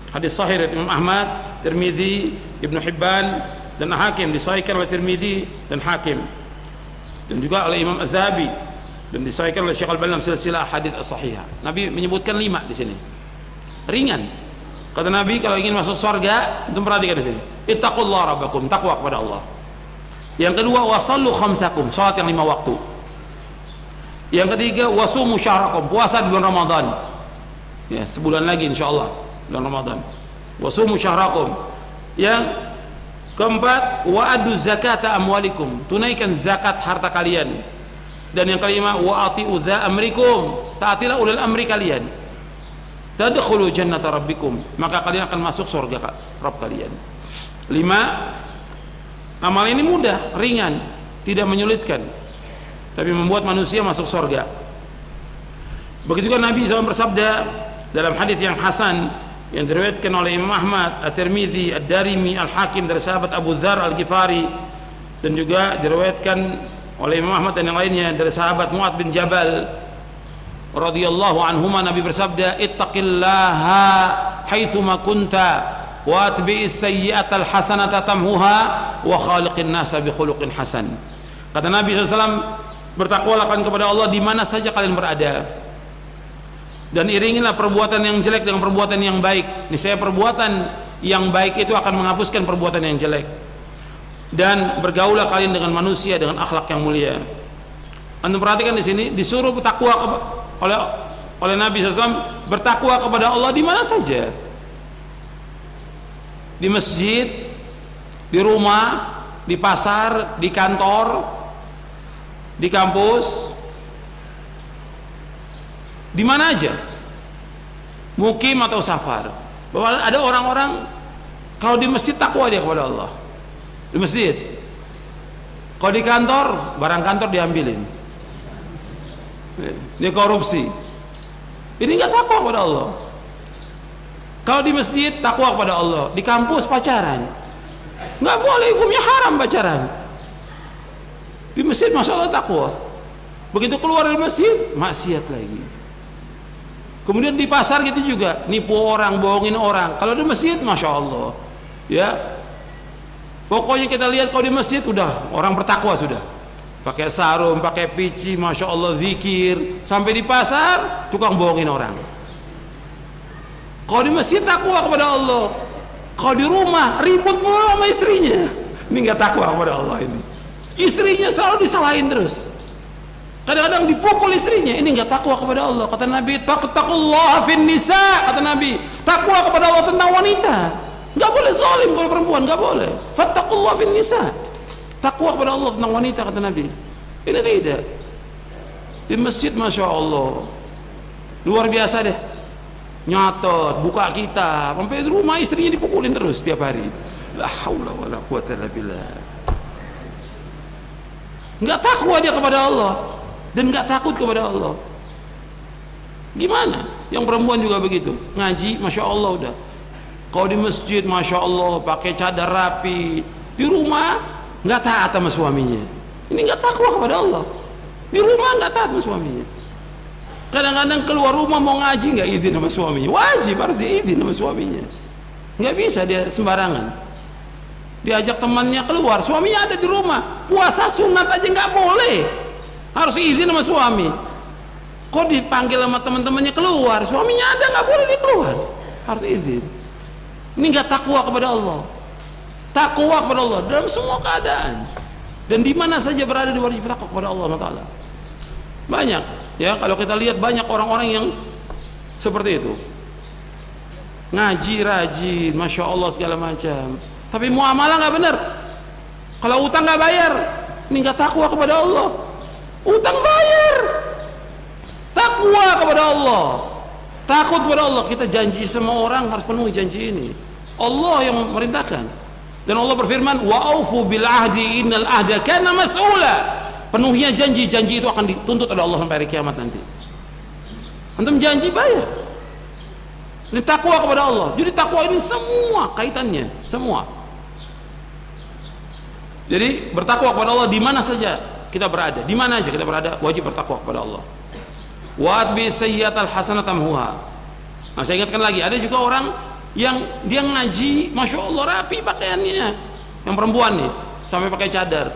Hadis sahih dari Imam Ahmad, Tirmidzi, Ibnu Hibban dan Hakim, disahihkan oleh Tirmidzi dan Hakim, dan juga oleh Imam Az-Zahabi, dan disahihkan oleh Syekh Al-Albani dalam silsilah hadits as-sahihah. Nabi menyebutkan lima di sini. Ringan. Kata Nabi, kalau ingin masuk surga, itu perhatikan di sini. Ittaqullaha rabbakum, takwa kepada Allah. Yang kedua, wasallu khamsakum, salat yang lima waktu. Yang ketiga, wasumu syahrakum, puasa di bulan Ramadan. Ya, sebulan lagi insyaallah bulan Ramadan. Wasumu syahrakum. Yang keempat, wa'adu zakata amwalikum, tunaikan zakat harta kalian. Dan yang kelima, wa'ati'u dza amrikum, taatilah ulil amri kalian. Tadkhulu jannata rabbikum, maka kalian akan masuk surga Rabb kalian. Lima, amal ini mudah, ringan, tidak menyulitkan, tapi membuat manusia masuk surga. Begitu juga Nabi shallallahu alaihi wasallam bersabda dalam hadis yang hasan yang diriwayatkan oleh Imam Ahmad, At-Tirmidzi, Ad-Darimi, Al-Hakim dari sahabat Abu Dzar Al-Ghifari, dan juga diriwayatkan oleh Imam Ahmad dan yang lainnya dari sahabat Mu'adz bin Jabal radhiyallahu anhuma. Nabi bersabda, ittaqillaha haitsuma kunta wa atbi'is sayyi'atal hasanata tamhuha wa khaliqin nasa bi khuluqin hasan. Kata Nabi shallallahu alaihi wasallam, bertakwalah kepada Allah di mana saja kalian berada, dan iringilah perbuatan yang jelek dengan perbuatan yang baik. Niscaya perbuatan yang baik itu akan menghapuskan perbuatan yang jelek. Dan bergaulah kalian dengan manusia dengan akhlak yang mulia. Anda perhatikan di sini disuruh bertakwa oleh oleh Nabi shallallahu alaihi wasallam, bertakwa kepada Allah di mana saja, di masjid, di rumah, di pasar, di kantor, di kampus, di mana aja, mukim atau safar. Bahwa ada orang-orang kalau di masjid takwa dia kepada Allah, di masjid. Kalau di kantor, barang kantor diambilin, dia korupsi, ini nggak takwa kepada Allah. Kalau di masjid takwa kepada Allah, di kampus pacaran, nggak boleh, hukumnya haram pacaran. Di masjid masya Allah takwa, begitu keluar dari masjid maksiat lagi. Kemudian di pasar gitu juga, nipu orang, bohongin orang. Kalau di masjid masya Allah, ya pokoknya kita lihat kalau di masjid udah orang bertakwa sudah, pakai sarung, pakai pici, masya Allah, zikir. Sampai di pasar tukang bohongin orang. Kalau di masjid takwa kepada Allah, kalau di rumah ribut mulu sama istrinya, ini nggak takwa kepada Allah. Ini istrinya selalu disalahin terus, kadang-kadang dipukul istrinya, ini nggak takwa kepada Allah. Kata Nabi, taqullaha fin nisa, kata Nabi, takwa kepada Allah tentang wanita. Nggak boleh zalim kepada perempuan, nggak boleh. Fattaqullaha fin nisa, takwa kepada Allah tentang wanita, kata Nabi. Ini tidak. Di masjid masya Allah luar biasa deh, nyatot, buka kitab, sampai di rumah istrinya dipukulin terus setiap hari. La haula wala quwata illa billah. Nggak takwa dia kepada Allah dan nggak takut kepada Allah. Gimana? Yang perempuan juga begitu, ngaji masya Allah udah. Kalau di masjid masya Allah pakai cadar rapi, di rumah nggak taat sama suaminya. Ini nggak takwa kepada Allah. Di rumah nggak taat sama suaminya. Kadang-kadang keluar rumah mau ngaji nggak izin sama suaminya, wajib harus diizin sama suaminya. Nggak bisa dia sembarangan. Diajak temannya keluar, suaminya ada di rumah, puasa sunat aja nggak boleh, harus izin sama suami. Kok dipanggil sama teman-temannya keluar, suaminya ada nggak boleh dia keluar, harus izin. Ini nggak takwa kepada Allah. Takwa kepada Allah dalam semua keadaan dan di mana saja berada di wajib takwa kepada Allah Taala. Banyak ya, kalau kita lihat banyak orang-orang yang seperti itu, ngaji rajin, masya Allah segala macam, tapi muamalah nggak benar. Kalau utang nggak bayar, ini nggak takwa kepada Allah. Utang bayar, takwa kepada Allah, takut kepada Allah. Kita janji sama orang harus penuhi janji ini. Allah yang memerintahkan, dan Allah berfirman, wa aufu bil ahdi innal ahda kana mas'ula. Penuhnya janji, janji itu akan dituntut oleh Allah sampai hari kiamat nanti. Antum janji bayar. Ini takwa kepada Allah. Jadi takwa ini semua kaitannya, semua. Jadi bertakwa kepada Allah di mana saja kita berada, di mana aja kita berada, wajib bertakwa kepada Allah. Wa atbi sayyi'atal hasanata tamhuha. Nah, saya ingatkan lagi, ada juga orang yang dia ngaji, masya Allah rapi pakaiannya, yang perempuan nih sampai pakai cadar,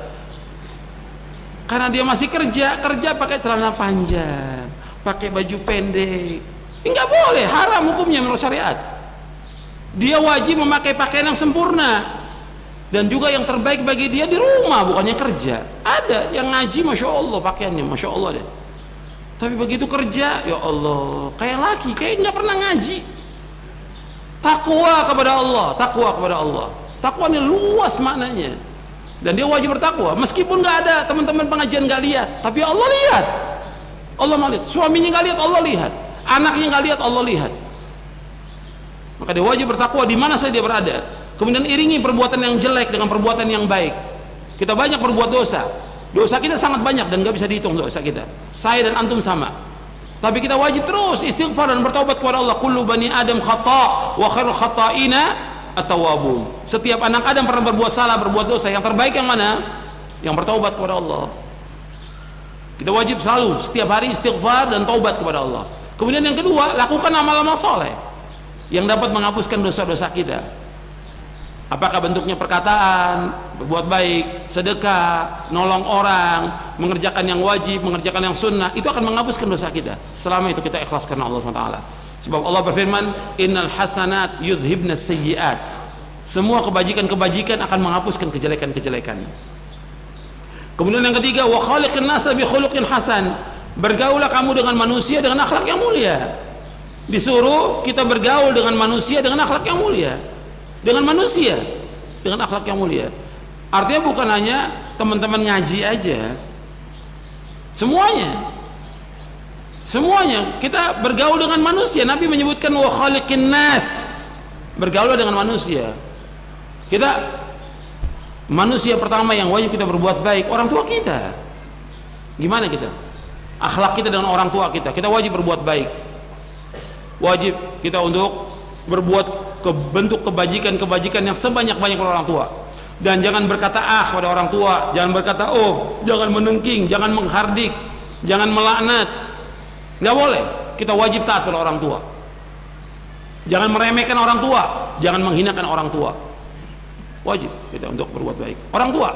karena dia masih kerja kerja pakai celana panjang, pakai baju pendek. Ini nggak boleh, haram hukumnya menurut syariat. Dia wajib memakai pakaian yang sempurna, dan juga yang terbaik bagi dia di rumah, bukannya kerja. Ada yang ngaji masya Allah pakaiannya masya Allah deh, tapi begitu kerja ya Allah kayak laki, kayak nggak pernah ngaji. Takwa kepada Allah, takwa kepada Allah. Takwa ini luas maknanya, dan dia wajib bertakwa meskipun nggak ada teman-teman pengajian nggak lihat, tapi Allah lihat. Allah melihat, suaminya nggak lihat, Allah lihat, anaknya nggak lihat, Allah lihat. Maka dia wajib bertakwa di mana saja dia berada. Kemudian iringi perbuatan yang jelek dengan perbuatan yang baik. Kita banyak berbuat dosa, dosa kita sangat banyak dan nggak bisa dihitung dosa kita. Saya dan antum sama. Tapi kita wajib terus istighfar dan bertaubat kepada Allah. Kullu bani Adam khata' wa khairul khata'ina at-tawwabun. Setiap anak Adam pernah berbuat salah, berbuat dosa. Yang terbaik yang mana? Yang bertaubat kepada Allah. Kita wajib selalu setiap hari istighfar dan taubat kepada Allah. Kemudian yang kedua, lakukan amal-amal soleh yang dapat menghapuskan dosa-dosa kita. Apakah bentuknya perkataan, berbuat baik, sedekah, nolong orang, mengerjakan yang wajib, mengerjakan yang sunnah, itu akan menghapuskan dosa kita selama itu kita ikhlas karena Allah subhanahu wa taala. Sebab Allah berfirman, innal hasanat yudhibna sayyiat. Semua kebajikan-kebajikan akan menghapuskan kejelekan-kejelekan. Kemudian yang ketiga, wa khaliqin nasa bi khuluqin hasan. Bergaulah kamu dengan manusia dengan akhlak yang mulia. Disuruh kita bergaul dengan manusia dengan akhlak yang mulia. Dengan manusia dengan akhlak yang mulia. Artinya bukan hanya teman-teman ngaji aja, semuanya semuanya kita bergaul dengan manusia. Nabi menyebutkan wa khaliqin nas, bergaul dengan manusia. Kita manusia pertama yang wajib kita berbuat baik orang tua kita. Gimana kita akhlak kita dengan orang tua kita? Kita wajib berbuat baik, wajib kita untuk berbuat ke bentuk kebajikan-kebajikan yang sebanyak-banyak pada orang tua. Dan jangan berkata ah pada orang tua, jangan berkata oh, jangan menengking, jangan menghardik, jangan melaknat. Nggak boleh. Kita wajib taat pada orang tua. Jangan meremehkan orang tua, jangan menghinakan orang tua. Wajib kita untuk berbuat baik orang tua.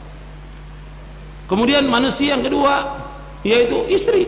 Kemudian manusia yang kedua yaitu istri.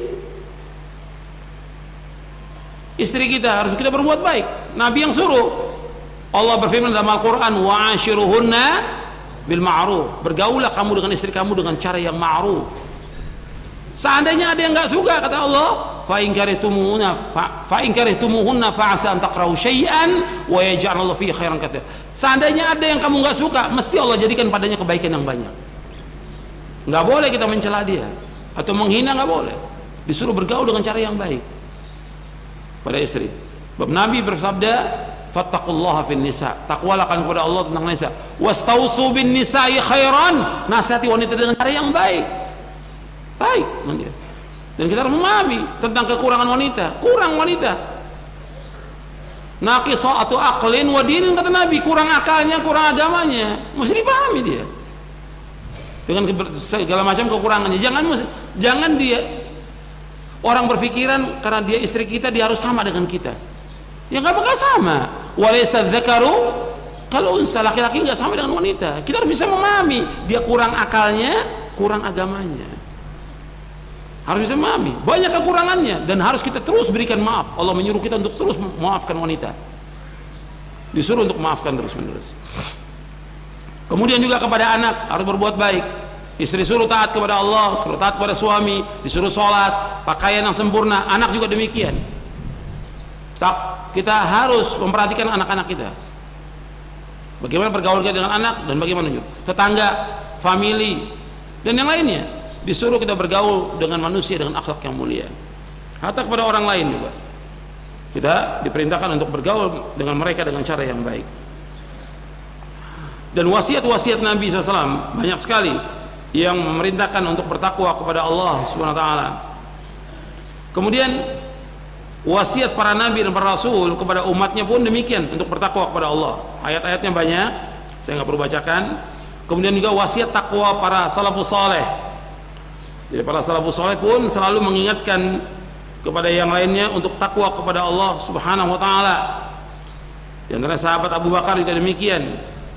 Istri kita harus kita berbuat baik. Nabi yang suruh. Allah berfirman dalam Al-Quran, wa'ashiruhunna bil ma'ruf. Bergaulah kamu dengan istri kamu dengan cara yang ma'ruf. Seandainya ada yang nggak suka, kata Allah, fa in karihtumuhunna fa in karihtumuhunna fa asa an takrahu syai'an wa yaj'alallahu fihi khairan katsir. Seandainya ada yang kamu nggak suka, mesti Allah jadikan padanya kebaikan yang banyak. Nggak boleh kita mencela dia atau menghina, nggak boleh. Disuruh bergaul dengan cara yang baik pada istri. Sebab Nabi bersabda, fattaqullaha fin nisa, takwalah kalian kepada Allah tentang nisa, wastausu bin nisa'i khairan, nasihati wanita dengan cara yang baik. Baik, dan kita harus memahami tentang kekurangan wanita. Kurang wanita, naqisatu aqlin wa dinin, kata Nabi, kurang akalnya, kurang agamanya, mesti dipahami dia dengan segala macam kekurangannya. Jangan jangan dia orang berpikiran karena dia istri kita dia harus sama dengan kita. Ya nggak bakal sama. Walaysa dzakaru kalau unsa, laki-laki nggak sama dengan wanita. Kita harus bisa memahami dia kurang akalnya, kurang agamanya. Harus bisa memahami banyak kekurangannya dan harus kita terus berikan maaf. Allah menyuruh kita untuk terus memaafkan wanita. Disuruh untuk memaafkan terus-menerus. Kemudian juga kepada anak harus berbuat baik. Istri suruh taat kepada Allah, suruh taat kepada suami, disuruh sholat, pakaian yang sempurna. Anak juga demikian. Kita harus memperhatikan anak-anak kita. Bagaimana bergaul kita dengan anak dan bagaimana juga tetangga, family, dan yang lainnya. Disuruh kita bergaul dengan manusia dengan akhlak yang mulia. Hatta kepada orang lain juga. Kita diperintahkan untuk bergaul dengan mereka dengan cara yang baik. Dan wasiat-wasiat Nabi shallallahu alaihi wasallam banyak sekali yang memerintahkan untuk bertakwa kepada Allah subhanahu wa taala. Kemudian wasiat para nabi dan para rasul kepada umatnya pun demikian, untuk bertakwa kepada Allah. Ayat-ayatnya banyak, saya nggak perlu bacakan. Kemudian juga wasiat takwa para salafus saleh. Jadi para salafus saleh pun selalu mengingatkan kepada yang lainnya untuk takwa kepada Allah subhanahu wa taala. Di antara sahabat Abu Bakar juga demikian,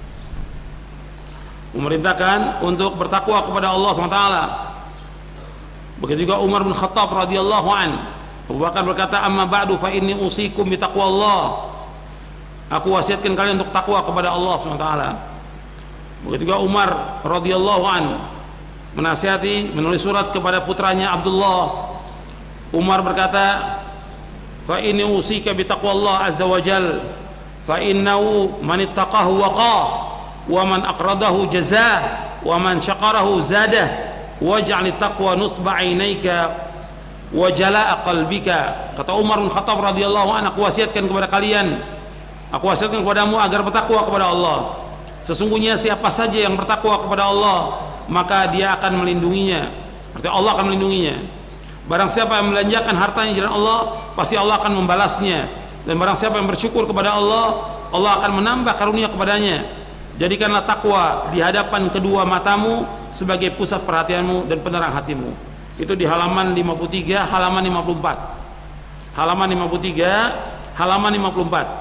memerintahkan untuk bertakwa kepada Allah subhanahu wa taala. Begitu juga Umar bin Khattab radhiyallahu an. Abu Bakar berkata, "Amma ba'du fa inni usikum bi taqwallah." Aku wasiatkan kalian untuk takwa kepada Allah subhanahu wa taala. Begitu juga Umar radhiyallahu an menasihati, menulis surat kepada putranya Abdullah. Umar berkata, "Fa inni usika bi taqwallah azza wa jal, fa innahu man ittaqahu waqah, wa man aqradahu jazaa, wa man syaqarahu zadah, waj'al taqwa nusba 'ainaika wa jalaa qalbika." Kata Umar bin Khattab radhiyallahu anhu, aku wasiatkan kepada kalian, aku wasiatkan kepadamu agar bertakwa kepada Allah. Sesungguhnya siapa saja yang bertakwa kepada Allah, maka dia akan melindunginya. Artinya Allah akan melindunginya. Barang siapa yang melanjakan hartanya di jalan Allah, pasti Allah akan membalasnya. Dan barang siapa yang bersyukur kepada Allah, Allah akan menambah karunia kepadanya. Jadikanlah takwa di hadapan kedua matamu sebagai pusat perhatianmu dan penerang hatimu. Itu di halaman lima puluh tiga, halaman lima puluh empat. Halaman lima puluh tiga, halaman lima puluh empat.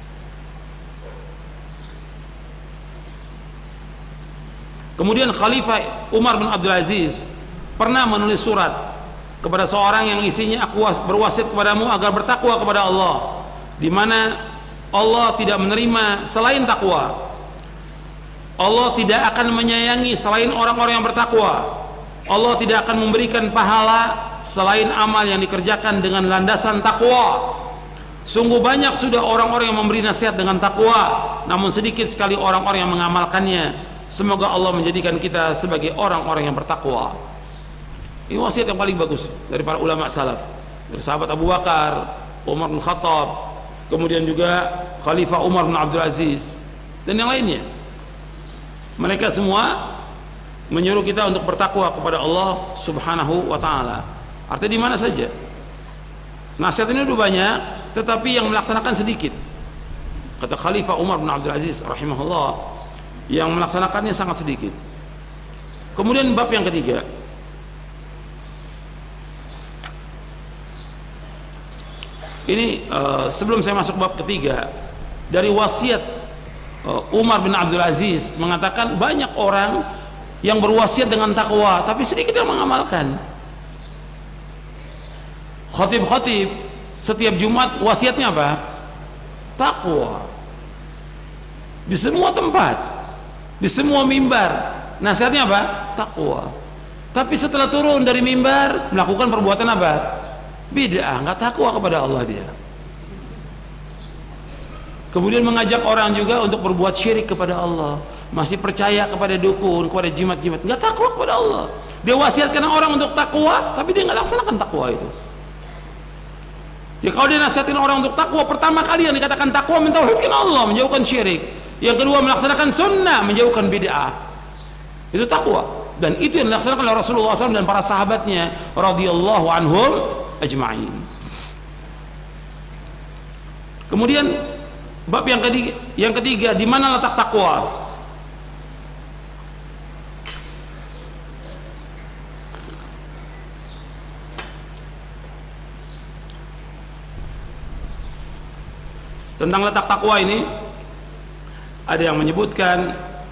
Kemudian Khalifah Umar bin Abdul Aziz pernah menulis surat kepada seorang yang isinya, aku berwasiat kepadamu agar bertakwa kepada Allah, di mana Allah tidak menerima selain takwa. Allah tidak akan menyayangi selain orang-orang yang bertakwa. Allah tidak akan memberikan pahala selain amal yang dikerjakan dengan landasan takwa. Sungguh banyak sudah orang-orang yang memberi nasihat dengan takwa, namun sedikit sekali orang-orang yang mengamalkannya. Semoga Allah menjadikan kita sebagai orang-orang yang bertakwa. Ini wasiat yang paling bagus dari para ulama salaf, dari sahabat Abu Bakar, Umar bin Khattab, kemudian juga Khalifah Umar bin Abdul Aziz, dan yang lainnya. Mereka semua menyuruh kita untuk bertakwa kepada Allah subhanahu wa ta'ala. Artinya di mana saja. Nasihat ini udah banyak, tetapi yang melaksanakan sedikit. Kata Khalifah Umar bin Abdul Aziz rahimahullah, yang melaksanakannya sangat sedikit. Kemudian bab yang ketiga, ini uh, sebelum saya masuk bab ketiga, dari wasiat uh, Umar bin Abdul Aziz mengatakan banyak orang yang berwasiat dengan takwa, tapi sedikit yang mengamalkan. Khatib-khatib setiap Jumat wasiatnya apa? Takwa. Di semua tempat, di semua mimbar, nasihatnya apa? Takwa. Tapi setelah turun dari mimbar, melakukan perbuatan apa? Bid'ah, nggak takwa kepada Allah dia. Kemudian mengajak orang juga untuk berbuat syirik kepada Allah, masih percaya kepada dukun, kepada jimat-jimat, nggak takwa kepada Allah. Dia wasiatkan orang untuk takwa, tapi dia nggak laksanakan takwa itu. Ya, kalau dia nasihatin orang untuk takwa, pertama kali yang dikatakan takwa mentauhidkan Allah, menjauhkan syirik. Yang kedua melaksanakan sunnah, menjauhkan bid'ah. Itu takwa, dan itu yang dilaksanakan oleh Rasulullah shallallahu alaihi wasallam dan para sahabatnya radhiyallahu anhum ajma'in. Kemudian bab yang ketiga, yang ketiga di mana letak takwa? Tentang letak takwa ini, ada yang menyebutkan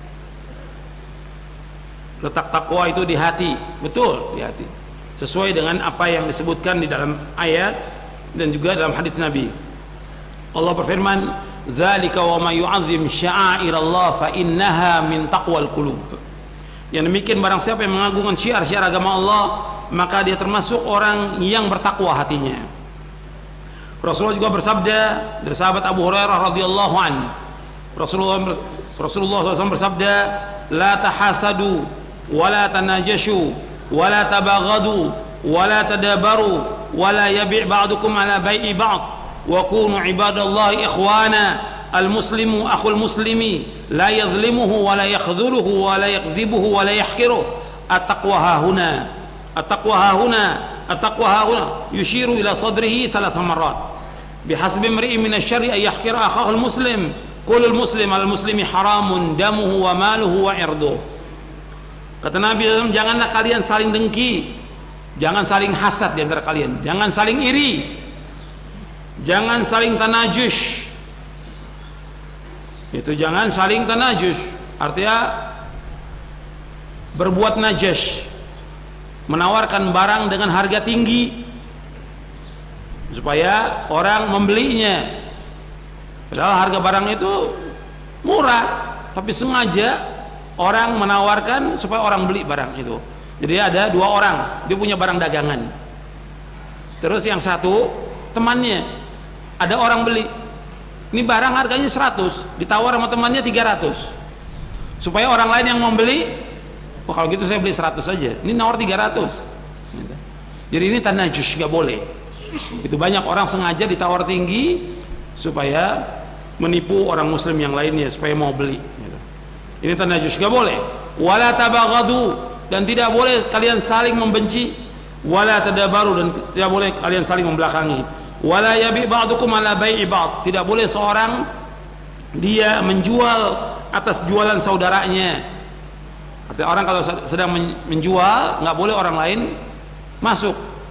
letak takwa itu di hati. Betul, di hati. Sesuai dengan apa yang disebutkan di dalam ayat dan juga dalam hadis Nabi. Allah berfirman, "Dzalika wa may yu'azzim sya'airallah fa innaha min taqwal qulub." Yang demikian barang siapa yang mengagungkan syiar-syiar agama Allah, maka dia termasuk orang yang bertakwa hatinya. Rasulullah juga bersabda dari sahabat Abu Hurairah radhiyallahu an, Rasulullah Rasulullah shallallahu alaihi wasallam bersabda, "La tahasadu, wa la tanajashu, wa la tabaghadu, wa la tadabaru, wa la yabi' ba'dukum ala bai'i ba'd, wa kunu ibadallahi ikhwana, al-muslimu akhul muslimi, la yadhlimuhu wa la yakhdhuluhu wa la yakdhibuhu wa la yahqiruh, at-taqwa hahuna, at-taqwa hahuna, at-taqwa hahuna." Yushiru ila sadrihi thalath marrat. Bihasbi imri'in min asy-syarri ay yahqira akhahu al-muslim. Kulul muslim al-muslimi haramun damuhu wa maluhu wa irduh. Kata Nabi, janganlah kalian saling dengki, jangan saling hasad di antara kalian, jangan saling iri, jangan saling tanajus, Itu jangan saling tanajus, artinya berbuat najas, menawarkan barang dengan harga tinggi supaya orang membelinya, padahal harga barang itu murah, tapi sengaja orang menawarkan supaya orang beli barang itu. Jadi ada dua orang, dia punya barang dagangan, terus yang satu temannya, ada orang beli, ini barang harganya seratus, ditawar sama temannya tiga ratus, supaya orang lain yang mau beli, oh kalau gitu saya beli seratus saja, ini nawar tiga ratus. Jadi ini tanajus, nggak boleh. Itu banyak orang sengaja ditawar tinggi supaya menipu orang muslim yang lainnya supaya mau beli. Ini tanajus, nggak boleh. Wala tabaghadu, dan tidak boleh kalian saling membenci. Wala tadabaru, dan tidak boleh kalian saling membelakangi. Wala yabi ba'dukum ala bai'i ba'd, tidak boleh seorang dia menjual atas jualan saudaranya. Artinya orang kalau sedang menjual, nggak boleh orang lain masuk.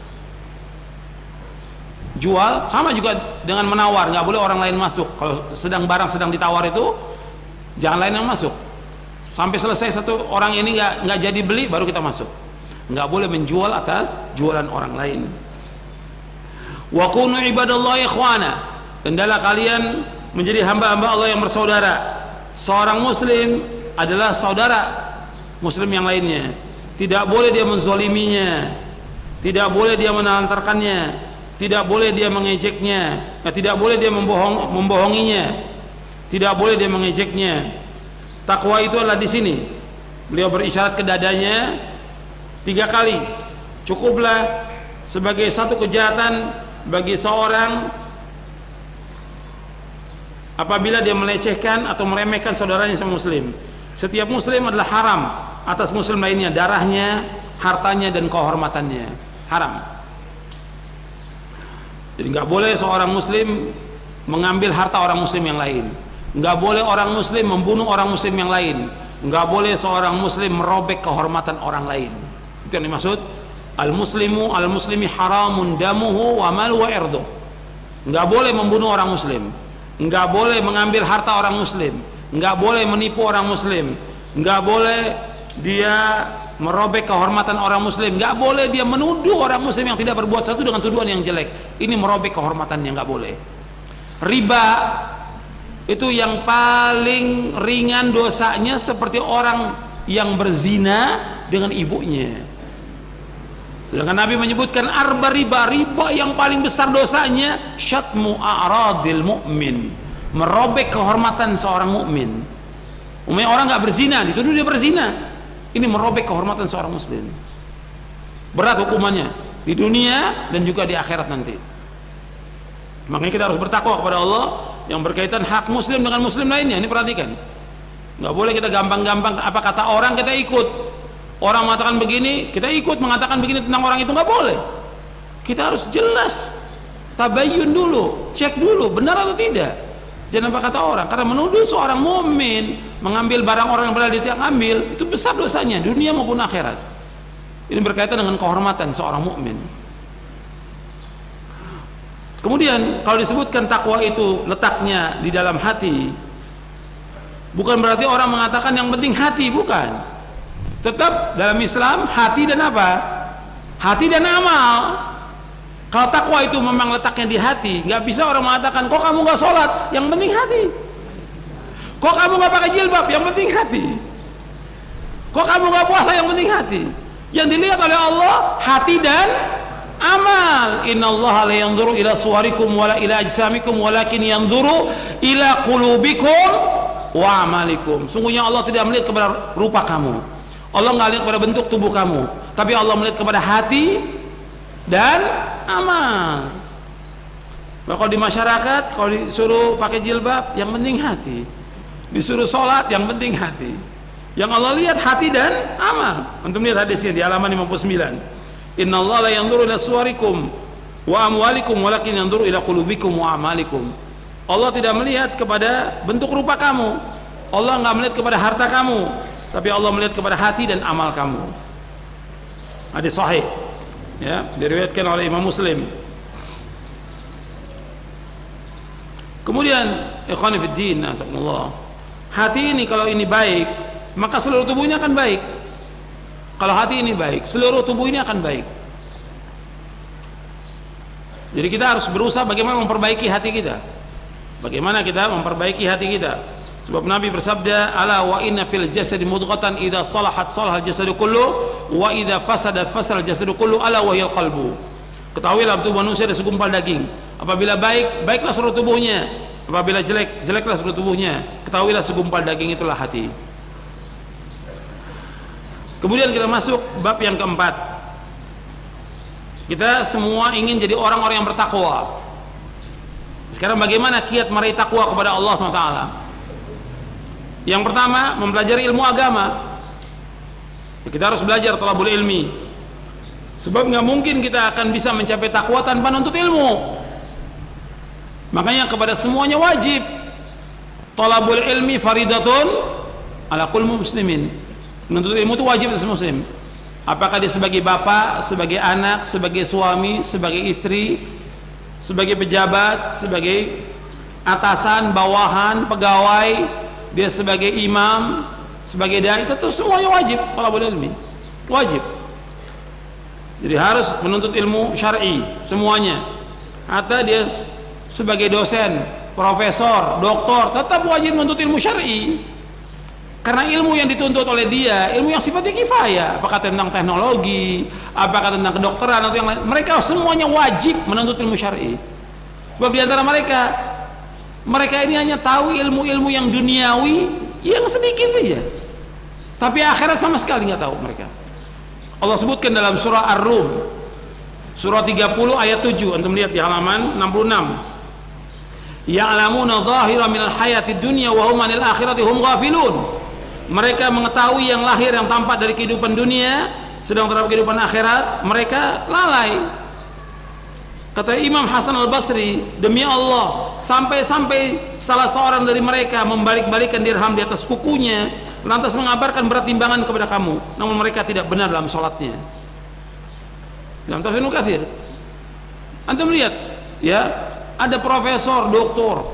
Jual sama juga dengan menawar, nggak boleh orang lain masuk. Kalau sedang barang sedang ditawar itu, jangan lain yang masuk. Sampai selesai satu orang ini nggak nggak jadi beli, baru kita masuk. Nggak boleh menjual atas jualan orang lain. Wa kunu ibadallahi ikhwana, hendaklah kalian menjadi hamba-hamba Allah yang bersaudara. Seorang muslim adalah saudara muslim yang lainnya, tidak boleh dia menzaliminya, tidak boleh dia menelantarkannya, tidak boleh dia mengejeknya, tidak boleh dia membohong, membohonginya, tidak boleh dia mengejeknya. Takwa itu adalah di sini. Beliau berisyarat ke dadanya tiga kali. Cukuplah sebagai satu kejahatan bagi seorang apabila dia melecehkan atau meremehkan saudaranya sama muslim. Setiap muslim adalah haram atas muslim lainnya, darahnya, hartanya, dan kehormatannya haram. Jadi nggak boleh seorang muslim mengambil harta orang muslim yang lain, nggak boleh orang muslim membunuh orang muslim yang lain, nggak boleh seorang muslim merobek kehormatan orang lain. Itu yang dimaksud al-muslimu al-muslimi haramun damuhu wa malu wa irduh. Nggak boleh membunuh orang muslim, nggak boleh mengambil harta orang muslim, nggak boleh menipu orang muslim, nggak boleh dia merobek kehormatan orang muslim, nggak boleh dia menuduh orang muslim yang tidak berbuat satu dengan tuduhan yang jelek. Ini merobek kehormatannya, nggak boleh. Riba itu yang paling ringan dosanya, seperti orang yang berzina dengan ibunya. Sedangkan Nabi menyebutkan arba riba, riba yang paling besar dosanya syatmu a'radil mu'min, merobek kehormatan seorang mukmin. Umumnya orang nggak berzina, dituduh dia berzina, ini merobek kehormatan seorang muslim. Berat hukumannya di dunia dan juga di akhirat nanti. Makanya kita harus bertakwa kepada Allah yang berkaitan hak muslim dengan muslim lainnya. Ini perhatikan, nggak boleh kita gampang-gampang apa kata orang kita ikut. Orang mengatakan begini, kita ikut mengatakan begini tentang orang itu, nggak boleh. Kita harus jelas, tabayyun dulu, cek dulu benar atau tidak. Jangan apa kata orang, karena menuduh seorang mukmin mengambil barang orang yang berada di tiang ambil, itu besar dosanya dunia maupun akhirat. Ini berkaitan dengan kehormatan seorang mukmin. Kemudian kalau disebutkan takwa itu letaknya di dalam hati, bukan berarti orang mengatakan yang penting hati, bukan. Tetap dalam Islam hati dan apa? Hati dan amal. Kalau takwa itu memang letaknya di hati, nggak bisa orang mengatakan kok kamu nggak sholat, yang penting hati. Kok kamu nggak pakai jilbab, yang penting hati. Kok kamu nggak puasa, yang penting hati. Yang dilihat oleh Allah hati dan amal. Innallaha la yanzuru ila suwarikum wala ila ajsamikum walakin yanzuru ila qulubikum wa amalikum. Sungguhnya Allah tidak melihat kepada rupa kamu, Allah nggak lihat kepada bentuk tubuh kamu, tapi Allah melihat kepada hati dan amal. Nah, kalau di masyarakat, kalau disuruh pakai jilbab, yang penting hati. Disuruh sholat, yang penting hati. Yang Allah lihat hati dan amal. Untuk melihat hadisnya di halaman lima puluh sembilan. Innallaha la yanzuru ila suwarikum wa amwalikum walakin yanzuru ila qulubikum wa amalikum. Allah tidak melihat kepada bentuk rupa kamu, Allah nggak melihat kepada harta kamu, tapi Allah melihat kepada hati dan amal kamu. Hadis sahih, ya, diriwayatkan oleh Imam Muslim. Kemudian ikhwani fid din, nasakumullah, hati ini kalau ini baik, maka seluruh tubuhnya akan baik. Kalau hati ini baik, seluruh tubuh ini akan baik. Jadi kita harus berusaha bagaimana memperbaiki hati kita. Bagaimana kita memperbaiki hati kita? Sebab Nabi bersabda, ala wa inna fil jasadi mudghatan idza salahat salahal jasadu kullu wa idza fasadat fasadal jasadu kullu ala wa hiyal qalbu. Ketahuilah tubuh manusia ada segumpal daging. Apabila baik, baiklah seluruh tubuhnya. Apabila jelek, jeleklah seluruh tubuhnya. Ketahuilah segumpal daging itulah hati. Kemudian kita masuk bab yang keempat. Kita semua ingin jadi orang-orang yang bertakwa. Sekarang bagaimana kiat meraih takwa kepada Allah subhanahu wa taala? Yang pertama, mempelajari ilmu agama. Kita harus belajar thalabul ilmi. Sebab nggak mungkin kita akan bisa mencapai takwa tanpa menuntut ilmu. Makanya kepada semuanya wajib. Thalabul ilmi faridatun ala kulli muslimin. Menuntut ilmu itu wajib atas muslim. Apakah dia sebagai bapak, sebagai anak, sebagai suami, sebagai istri, sebagai pejabat, sebagai atasan, bawahan, pegawai, dia sebagai imam, sebagai dai, itu semuanya wajib thalabul ilmi. Wajib. Jadi harus menuntut ilmu syar'i semuanya. Hatta dia sebagai dosen, profesor, doktor, tetap wajib menuntut ilmu syar'i. Karena ilmu yang dituntut oleh dia, ilmu yang sifatnya kifayah, apakah tentang teknologi, apakah tentang kedokteran atau yang lain, mereka semuanya wajib menuntut ilmu syar'i. Sebab di antara mereka, mereka ini hanya tahu ilmu-ilmu yang duniawi yang sedikit saja, tapi akhirat sama sekali nggak tahu mereka. Allah sebutkan dalam surah Ar-Rum, surah tiga puluh ayat tujuh, antum lihat di halaman enam puluh enam. Ya'lamuna zahiran minal hayatid dunya wa hum 'anil akhirati hum ghafilun. Mereka mengetahui yang lahir, yang tampak dari kehidupan dunia, sedang terhadap kehidupan akhirat mereka lalai. Kata Imam Hasan Al-Basri, demi Allah, sampai-sampai salah seorang dari mereka membalik-balikan dirham di atas kukunya, lantas mengabarkan berat timbangan kepada kamu, namun mereka tidak benar dalam sholatnya. Dalam tafsir Ibnu Katsir, antum lihat, ya, ada profesor, doktor,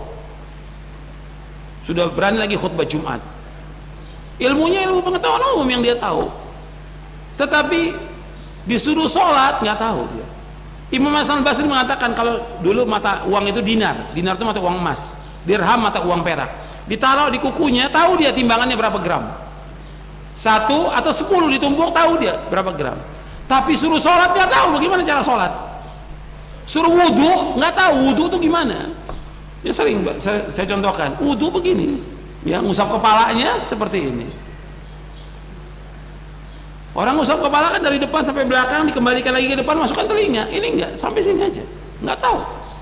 sudah berani lagi khutbah Jumat. Ilmunya ilmu pengetahuan umum yang dia tahu, tetapi disuruh sholat nggak tahu dia. Imam Hasan Al-Basri mengatakan kalau dulu mata uang itu dinar, dinar itu mata uang emas, dirham mata uang perak, ditaruh di kukunya, tahu dia timbangannya berapa gram, satu atau sepuluh ditumpuk, tahu dia berapa gram. Tapi suruh sholat nggak tahu bagaimana cara sholat. Suruh wudhu nggak tahu wudhu itu gimana. Ya sering saya, saya contohkan, wudhu begini, ya ngusap kepalanya seperti ini. Orang ngusap kepala kan dari depan sampai belakang, dikembalikan lagi ke depan, masukkan telinga. Ini enggak, sampai sini aja, nggak tahu.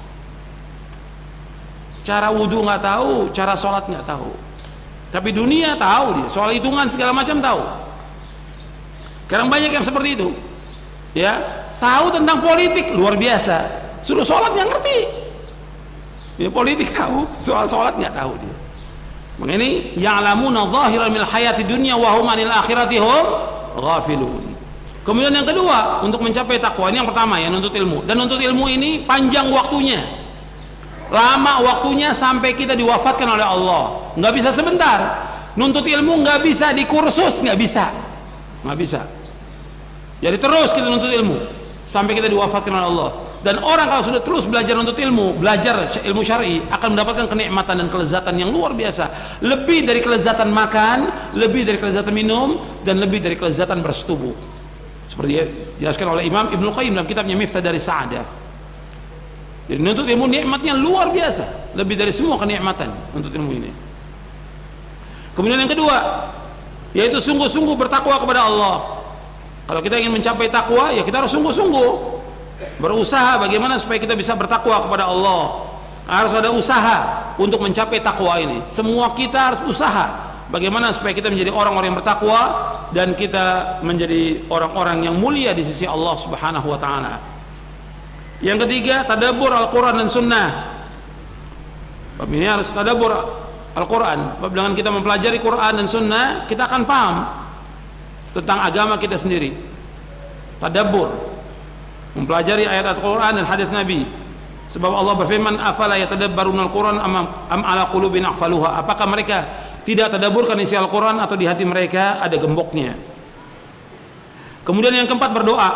Cara wudhu nggak tahu, cara sholat nggak tahu. Tapi dunia tahu dia, soal hitungan segala macam tahu. Sekarang banyak yang seperti itu, ya, tahu tentang politik luar biasa, suruh sholat nggak ngerti. Ya, politik tahu, soal sholat nggak tahu dia. Mengenai ya'lamuna zahiran minal hayati dunya wa hum 'anil akhirati hum ghafilun. Kemudian yang kedua, untuk mencapai takwa, ini yang pertama ya, nuntut ilmu. Dan nuntut ilmu ini panjang waktunya, lama waktunya sampai kita diwafatkan oleh Allah. Nggak bisa sebentar. Nuntut ilmu nggak bisa di kursus, nggak bisa, nggak bisa. Jadi terus kita nuntut ilmu sampai kita diwafatkan oleh Allah. Dan orang kalau sudah terus belajar nuntut ilmu, belajar ilmu syar'i, akan mendapatkan kenikmatan dan kelezatan yang luar biasa. Lebih dari kelezatan makan, lebih dari kelezatan minum, dan lebih dari kelezatan bersetubuh. Seperti dijelaskan oleh Imam Ibnu Qayyim dalam kitabnya Miftah Daris Sa'adah. Jadi nuntut ilmu nikmatnya luar biasa, lebih dari semua kenikmatan nuntut ilmu ini. Kemudian yang kedua, yaitu sungguh-sungguh bertakwa kepada Allah. Kalau kita ingin mencapai takwa, ya kita harus sungguh-sungguh berusaha bagaimana supaya kita bisa bertakwa kepada Allah. Harus ada usaha untuk mencapai takwa ini. Semua kita harus usaha bagaimana supaya kita menjadi orang-orang yang bertakwa dan kita menjadi orang-orang yang mulia di sisi Allah Subhanahu wa taala. Yang ketiga, tadabbur Al-Qur'an dan Sunnah. Bab ini harus tadabbur Al-Qur'an. Bab dengan kita mempelajari Qur'an dan Sunnah, kita akan paham tentang agama kita sendiri. Tadabbur, mempelajari ayat Al-Quran dan hadis Nabi. Sebab Allah berfirman, afala yatadabbaruna al-Quran am, am ala qulubin aqfaluha. Apakah mereka tidak tadaburkan isi Al-Quran atau di hati mereka ada gemboknya. Kemudian yang keempat, berdoa.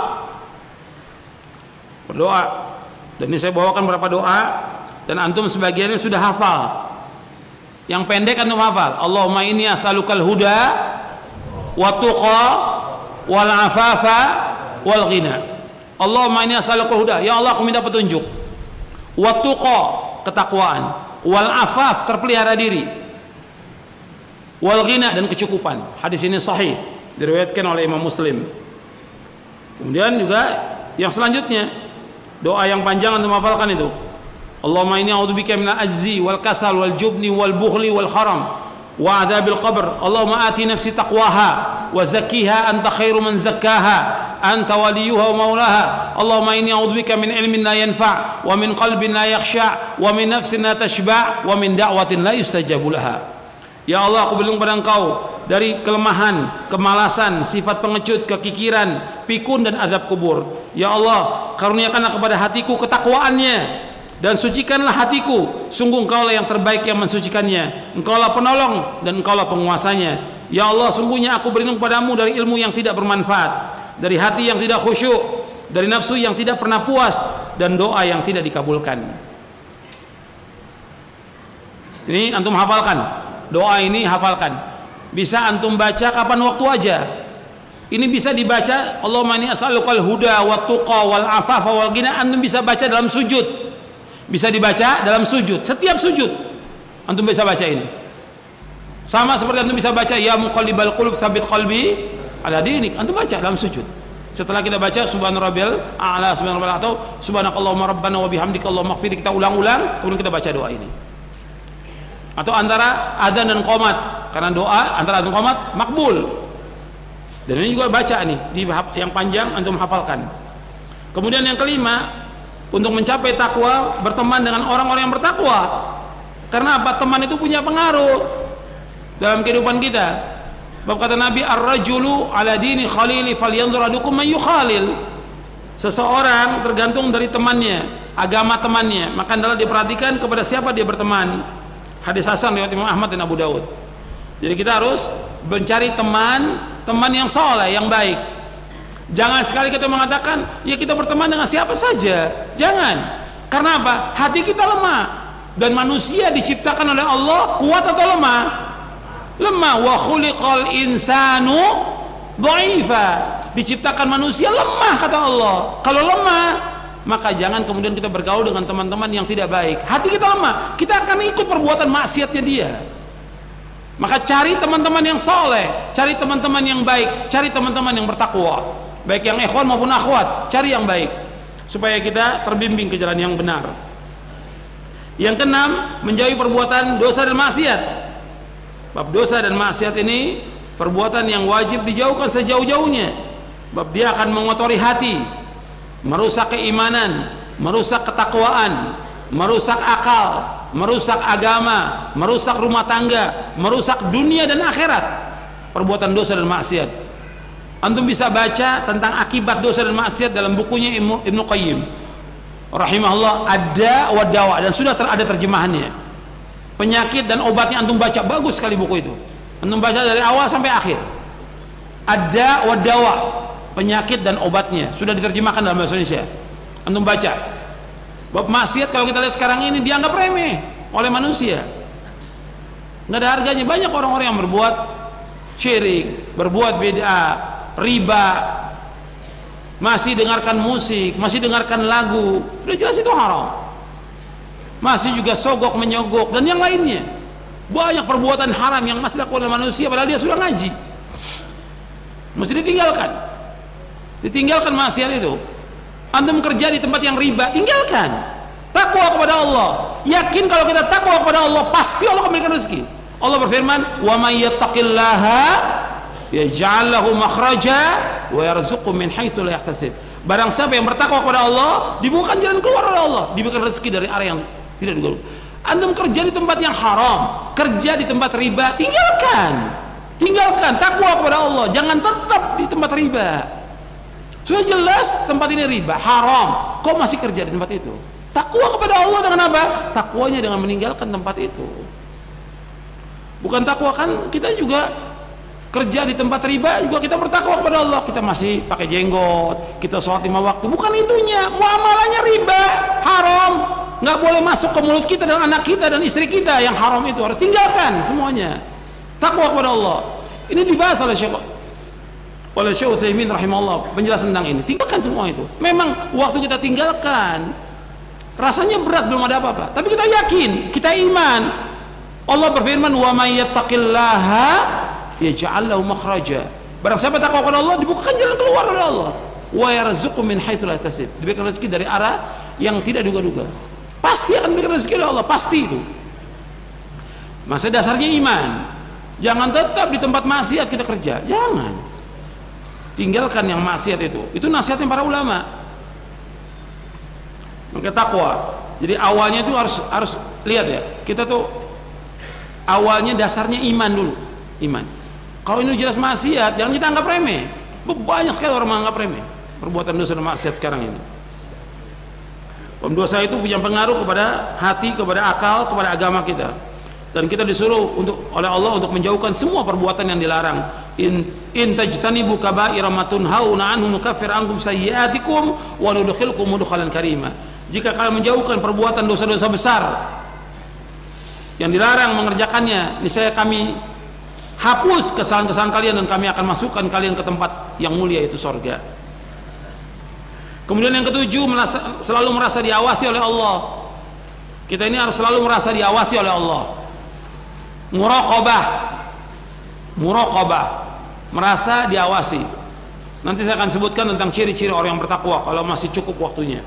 Berdoa. Dan ini saya bawakan beberapa doa dan antum sebagiannya sudah hafal. Yang pendek antum hafal. Allahumma inni as'alukal huda wa tuqa wal afafa wal ghina. Allahumma inni as'alukal huda, ya Allah aku minta petunjuk. Wa tuqa, ketakwaan. Wal afaf, terpelihara diri. Wal ghina, dan kecukupan. Hadis ini sahih, diriwayatkan oleh Imam Muslim. Kemudian juga yang selanjutnya, doa yang panjang antum hafalkan itu. Allahumma inni a'udzubika minal ajzi wal kasal wal jubni wal bukhli wal haram wa adzabil qabr. Allahumma ati nafsi taqwaha wa zakkiha anta khairu man zakkaha anta waliyuha wa maulaha. Allahumma inni a'udzubika min ilmin la yanfa' wa min qalbin la yakhsha' wa min nafsin la tashba' wa min da'watin la yustajabu laha. Ya Allah, aku berlindung pada Engkau dari kelemahan, kemalasan, sifat pengecut, kekikiran, pikun dan azab kubur. Ya Allah, karuniakanlah kepada hatiku ketakwaannya dan sucikanlah hatiku. Sungguh Engkau lah yang terbaik yang mensucikannya. Engkau lah penolong dan Engkau lah penguasanya. Ya Allah, sungguhnya aku berlindung padamu dari ilmu yang tidak bermanfaat, dari hati yang tidak khusyuk, dari nafsu yang tidak pernah puas, dan doa yang tidak dikabulkan. Ini antum hafalkan. Doa ini hafalkan. Bisa antum baca kapan waktu aja. Ini bisa dibaca, Allahumma inni as'alukal huda wat tuqa wal afafa wal ghina. Antum bisa baca dalam sujud. Bisa dibaca dalam sujud. Setiap sujud antum bisa baca ini. Sama seperti antum bisa baca ya muqallibal qulub tsabit qalbi ala dinik. Antum baca dalam sujud. Setelah kita baca subhana rabbil a'la, subhana rabbil atau subhanakallahumma rabbana wa bihamdika allahumma ighfir, kita ulang-ulang, kemudian kita baca doa ini. Atau antara adzan dan qomat, karena doa antara adzan dan qomat makbul. Dan ini juga baca nih di yang panjang antum hafalkan. Kemudian yang kelima, untuk mencapai takwa berteman dengan orang-orang yang bertakwa. Karena apa? Teman itu punya pengaruh dalam kehidupan kita. Bab kata Nabi, ar-rajulu ala dini khalili falyanzur ahadukum man yukhalil. Seseorang tergantung dari temannya, agama temannya, maka adalah diperhatikan kepada siapa dia berteman. Hadis hasan riwayat Imam Ahmad dan Abu Daud. Jadi kita harus mencari teman, teman yang soleh, yang baik. Jangan sekali kita mengatakan, ya kita berteman dengan siapa saja. Jangan. Karena apa? Hati kita lemah. Dan manusia diciptakan oleh Allah kuat atau lemah? Lemah. Wa khuliqal insanu dha'ifa. Diciptakan manusia lemah kata Allah. Kalau lemah, maka jangan kemudian kita bergaul dengan teman-teman yang tidak baik. Hati kita lemah, kita akan ikut perbuatan maksiatnya dia. Maka cari teman-teman yang soleh, cari teman-teman yang baik, cari teman-teman yang bertakwa, baik yang ikhwan maupun akhwat. Cari yang baik supaya kita terbimbing ke jalan yang benar. Yang keenam, menjauhi perbuatan dosa dan maksiat. Bab dosa dan maksiat ini perbuatan yang wajib dijauhkan sejauh-jauhnya. Bab dia akan mengotori hati, merusak keimanan, merusak ketakwaan, merusak akal, merusak agama, merusak rumah tangga, merusak dunia dan akhirat. Perbuatan dosa dan maksiat. Antum bisa baca tentang akibat dosa dan maksiat dalam bukunya Ibnu Ibnu Qayyim rahimahullah, Ad-Da' wa Dawa, dan sudah ter ada terjemahannya. Penyakit dan obatnya antum baca, bagus sekali buku itu. Antum baca dari awal sampai akhir. Ad-Da' wa Dawa, penyakit dan obatnya, sudah diterjemahkan dalam bahasa Indonesia. Antum baca. Bab maksiat kalau kita lihat sekarang ini dianggap remeh oleh manusia. Nggak ada harganya. Banyak orang-orang yang berbuat syirik, berbuat bid'ah, riba, masih dengarkan musik, masih dengarkan lagu. Sudah jelas itu haram. Masih juga sogok menyogok dan yang lainnya. Banyak perbuatan haram yang masih dilakukan oleh manusia padahal dia sudah ngaji. Mesti ditinggalkan. Ditinggalkan maksiat itu. Antum kerja di tempat yang riba, tinggalkan. Takwa kepada Allah. Yakin kalau kita takwa kepada Allah, pasti Allah akan memberikan rezeki. Allah berfirman, "Wa may yattaqillaha yaj'al lahu makhraja wa yarzuqhu min haitsu la yahtasib." Barang siapa yang bertakwa kepada Allah, dibukakan jalan keluar oleh Allah, diberikan rezeki dari arah yang tidak digaul. Antum kerja di tempat yang haram, kerja di tempat riba, tinggalkan. Tinggalkan, takwa kepada Allah, jangan tetap di tempat riba. Sudah jelas tempat ini riba, haram, kok masih kerja di tempat itu? Takwa kepada Allah dengan apa? Takwanya dengan meninggalkan tempat itu. Bukan takwa kan kita juga kerja di tempat riba juga kita bertakwa kepada Allah, kita masih pakai jenggot, kita sholat lima waktu, bukan itunya. Muamalahnya riba, haram, nggak boleh masuk ke mulut kita dan anak kita dan istri kita, yang haram itu harus tinggalkan semuanya. Takwa kepada Allah ini dibahas oleh Syekh oleh Syekh Utsaimin rahimahullah, penjelasan tentang ini. Tinggalkan semua itu. Memang waktu kita tinggalkan rasanya berat, belum ada apa-apa, tapi kita yakin, kita iman. Allah berfirman, wa may yattaqillaha yaj'al lahu makhraja. Barang siapa takwa kepada Allah, dibukakan jalan keluar oleh Allah. Wa yarzuqhu min haitsu la yahtasib. Diberikan rezeki dari arah yang tidak duga-duga. Pasti akan diberikan rezeki oleh Allah, pasti itu. Masa dasarnya iman. Jangan tetap di tempat maksiat kita kerja, jangan. Tinggalkan yang maksiat itu. Itu nasihatnya para ulama. Maka takwa. Jadi awalnya itu harus harus lihat ya. Kita tuh awalnya dasarnya iman dulu, iman. Kalau ini jelas maksiat, jangan kita anggap remeh. Banyak sekali orang menganggap remeh perbuatan dosa dan maksiat sekarang ini. Dosa itu punya pengaruh kepada hati, kepada akal, kepada agama kita. Dan kita disuruh untuk oleh Allah untuk menjauhkan semua perbuatan yang dilarang. In in tajtanibu kaba'ira ma tunhauna anhu nukaffir ankum sayyi'atikum wa nudkhilkum mudkhalan karima. Jika kalian menjauhkan perbuatan dosa-dosa besar yang dilarang mengerjakannya, niscaya kami hapus kesalahan-kesalahan kalian dan kami akan masukkan kalian ke tempat yang mulia, itu surga. Kemudian yang ketujuh, merasa, selalu merasa diawasi oleh Allah. Kita ini harus selalu merasa diawasi oleh Allah. Muraqabah, muraqabah, merasa diawasi. Nanti saya akan sebutkan tentang ciri-ciri orang yang bertakwa kalau masih cukup waktunya.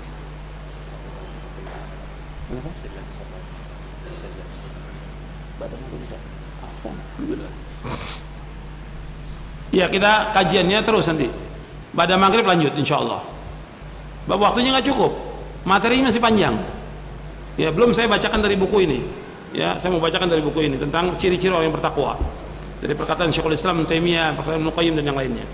Ya, kita kajiannya terus nanti. Pada maghrib lanjut insya Allah. Bab waktunya nggak cukup, materinya masih panjang. Ya, belum saya bacakan dari buku ini. Ya, saya mau bacakan dari buku ini tentang ciri-ciri orang yang bertakwa. Dari perkataan Syekhul Islam Ibnu Taimiyah, perkataan Ibnu Qayyim dan yang lainnya.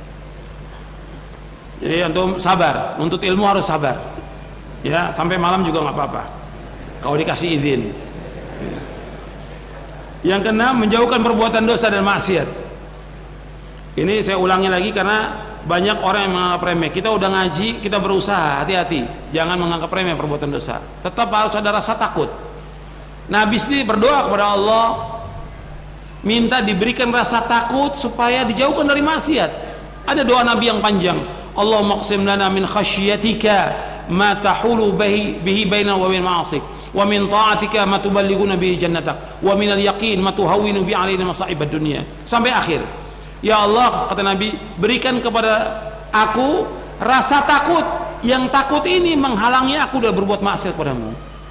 Jadi antum sabar, nuntut ilmu harus sabar. Ya, sampai malam juga nggak apa-apa. Kalau dikasih izin. Ya. Yang keenam, menjauhkan perbuatan dosa dan maksiat. Ini saya ulangi lagi karena banyak orang yang menganggap remeh. Kita udah ngaji, kita berusaha, hati-hati. Jangan menganggap remeh perbuatan dosa. Tetap harus ada rasa takut. Nabi sendiri berdoa kepada Allah, minta diberikan rasa takut supaya dijauhkan dari maksiat. Ada doa Nabi yang panjang. Allahumma qsim lana min khasyiatika ma tahulu bihi bihi baina wa bain ma'asik. Wa min ta'atika ma tuballighuna bihi jannatak. Wa min al-yaqin ma tuhawwinu bi 'alaina masa'ibad dunya. Sampai akhir. Ya Allah, kata Nabi, berikan kepada aku rasa takut, yang takut ini menghalangi aku dari berbuat maksiat padamu.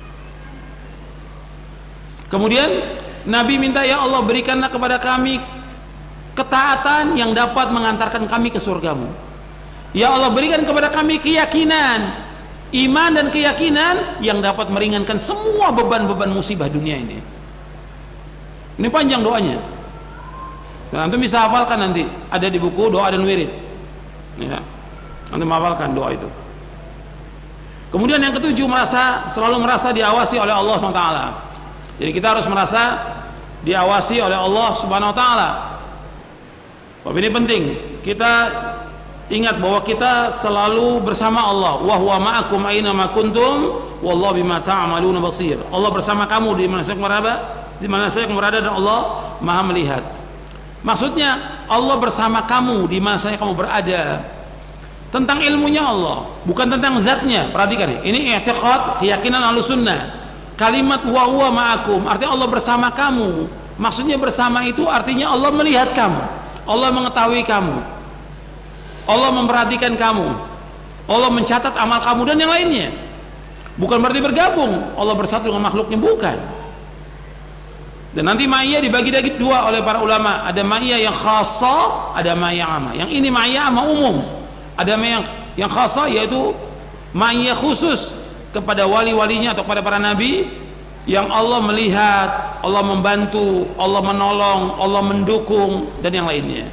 Kemudian Nabi minta, ya Allah, berikanlah kepada kami ketaatan yang dapat mengantarkan kami ke surgamu. Ya Allah, berikan kepada kami keyakinan, iman dan keyakinan yang dapat meringankan semua beban-beban musibah dunia ini. Ini panjang doanya. Dan antum bisa hafalkan nanti, ada di buku doa dan wirid. Ya, antum hafalkan doa itu. Kemudian yang ketujuh, merasa selalu merasa diawasi oleh Allah subhanahu wa taala. Jadi kita harus merasa diawasi oleh Allah subhanahu wa taala. Bab ini penting. Kita ingat bahwa kita selalu bersama Allah. Wa huwa ma'akum aina ma kuntum wallahu bima ta'maluna basir. Allah bersama kamu di mana saya berada, di mana saya berada, dan Allah Maha melihat. Maksudnya Allah bersama kamu di mana saya kamu berada. Tentang ilmunya Allah, bukan tentang zatnya. Perhatikan ini i'tiqad, keyakinan Ahlussunnah. Kalimat wa huwa ma'akum artinya Allah bersama kamu. Maksudnya bersama itu artinya Allah melihat kamu, Allah mengetahui kamu, Allah memperhatikan kamu, Allah mencatat amal kamu dan yang lainnya. Bukan berarti bergabung Allah bersatu dengan makhluknya, bukan. Dan nanti ma'iyah dibagi-bagi dua oleh para ulama. Ada ma'iyah yang khassa, ada ma'iyah amma. Yang ini ma'iyah amma umum. Ada ma'iyah yang khassa, yaitu ma'iyah khusus kepada wali-walinya atau kepada para nabi, yang Allah melihat, Allah membantu, Allah menolong, Allah mendukung dan yang lainnya.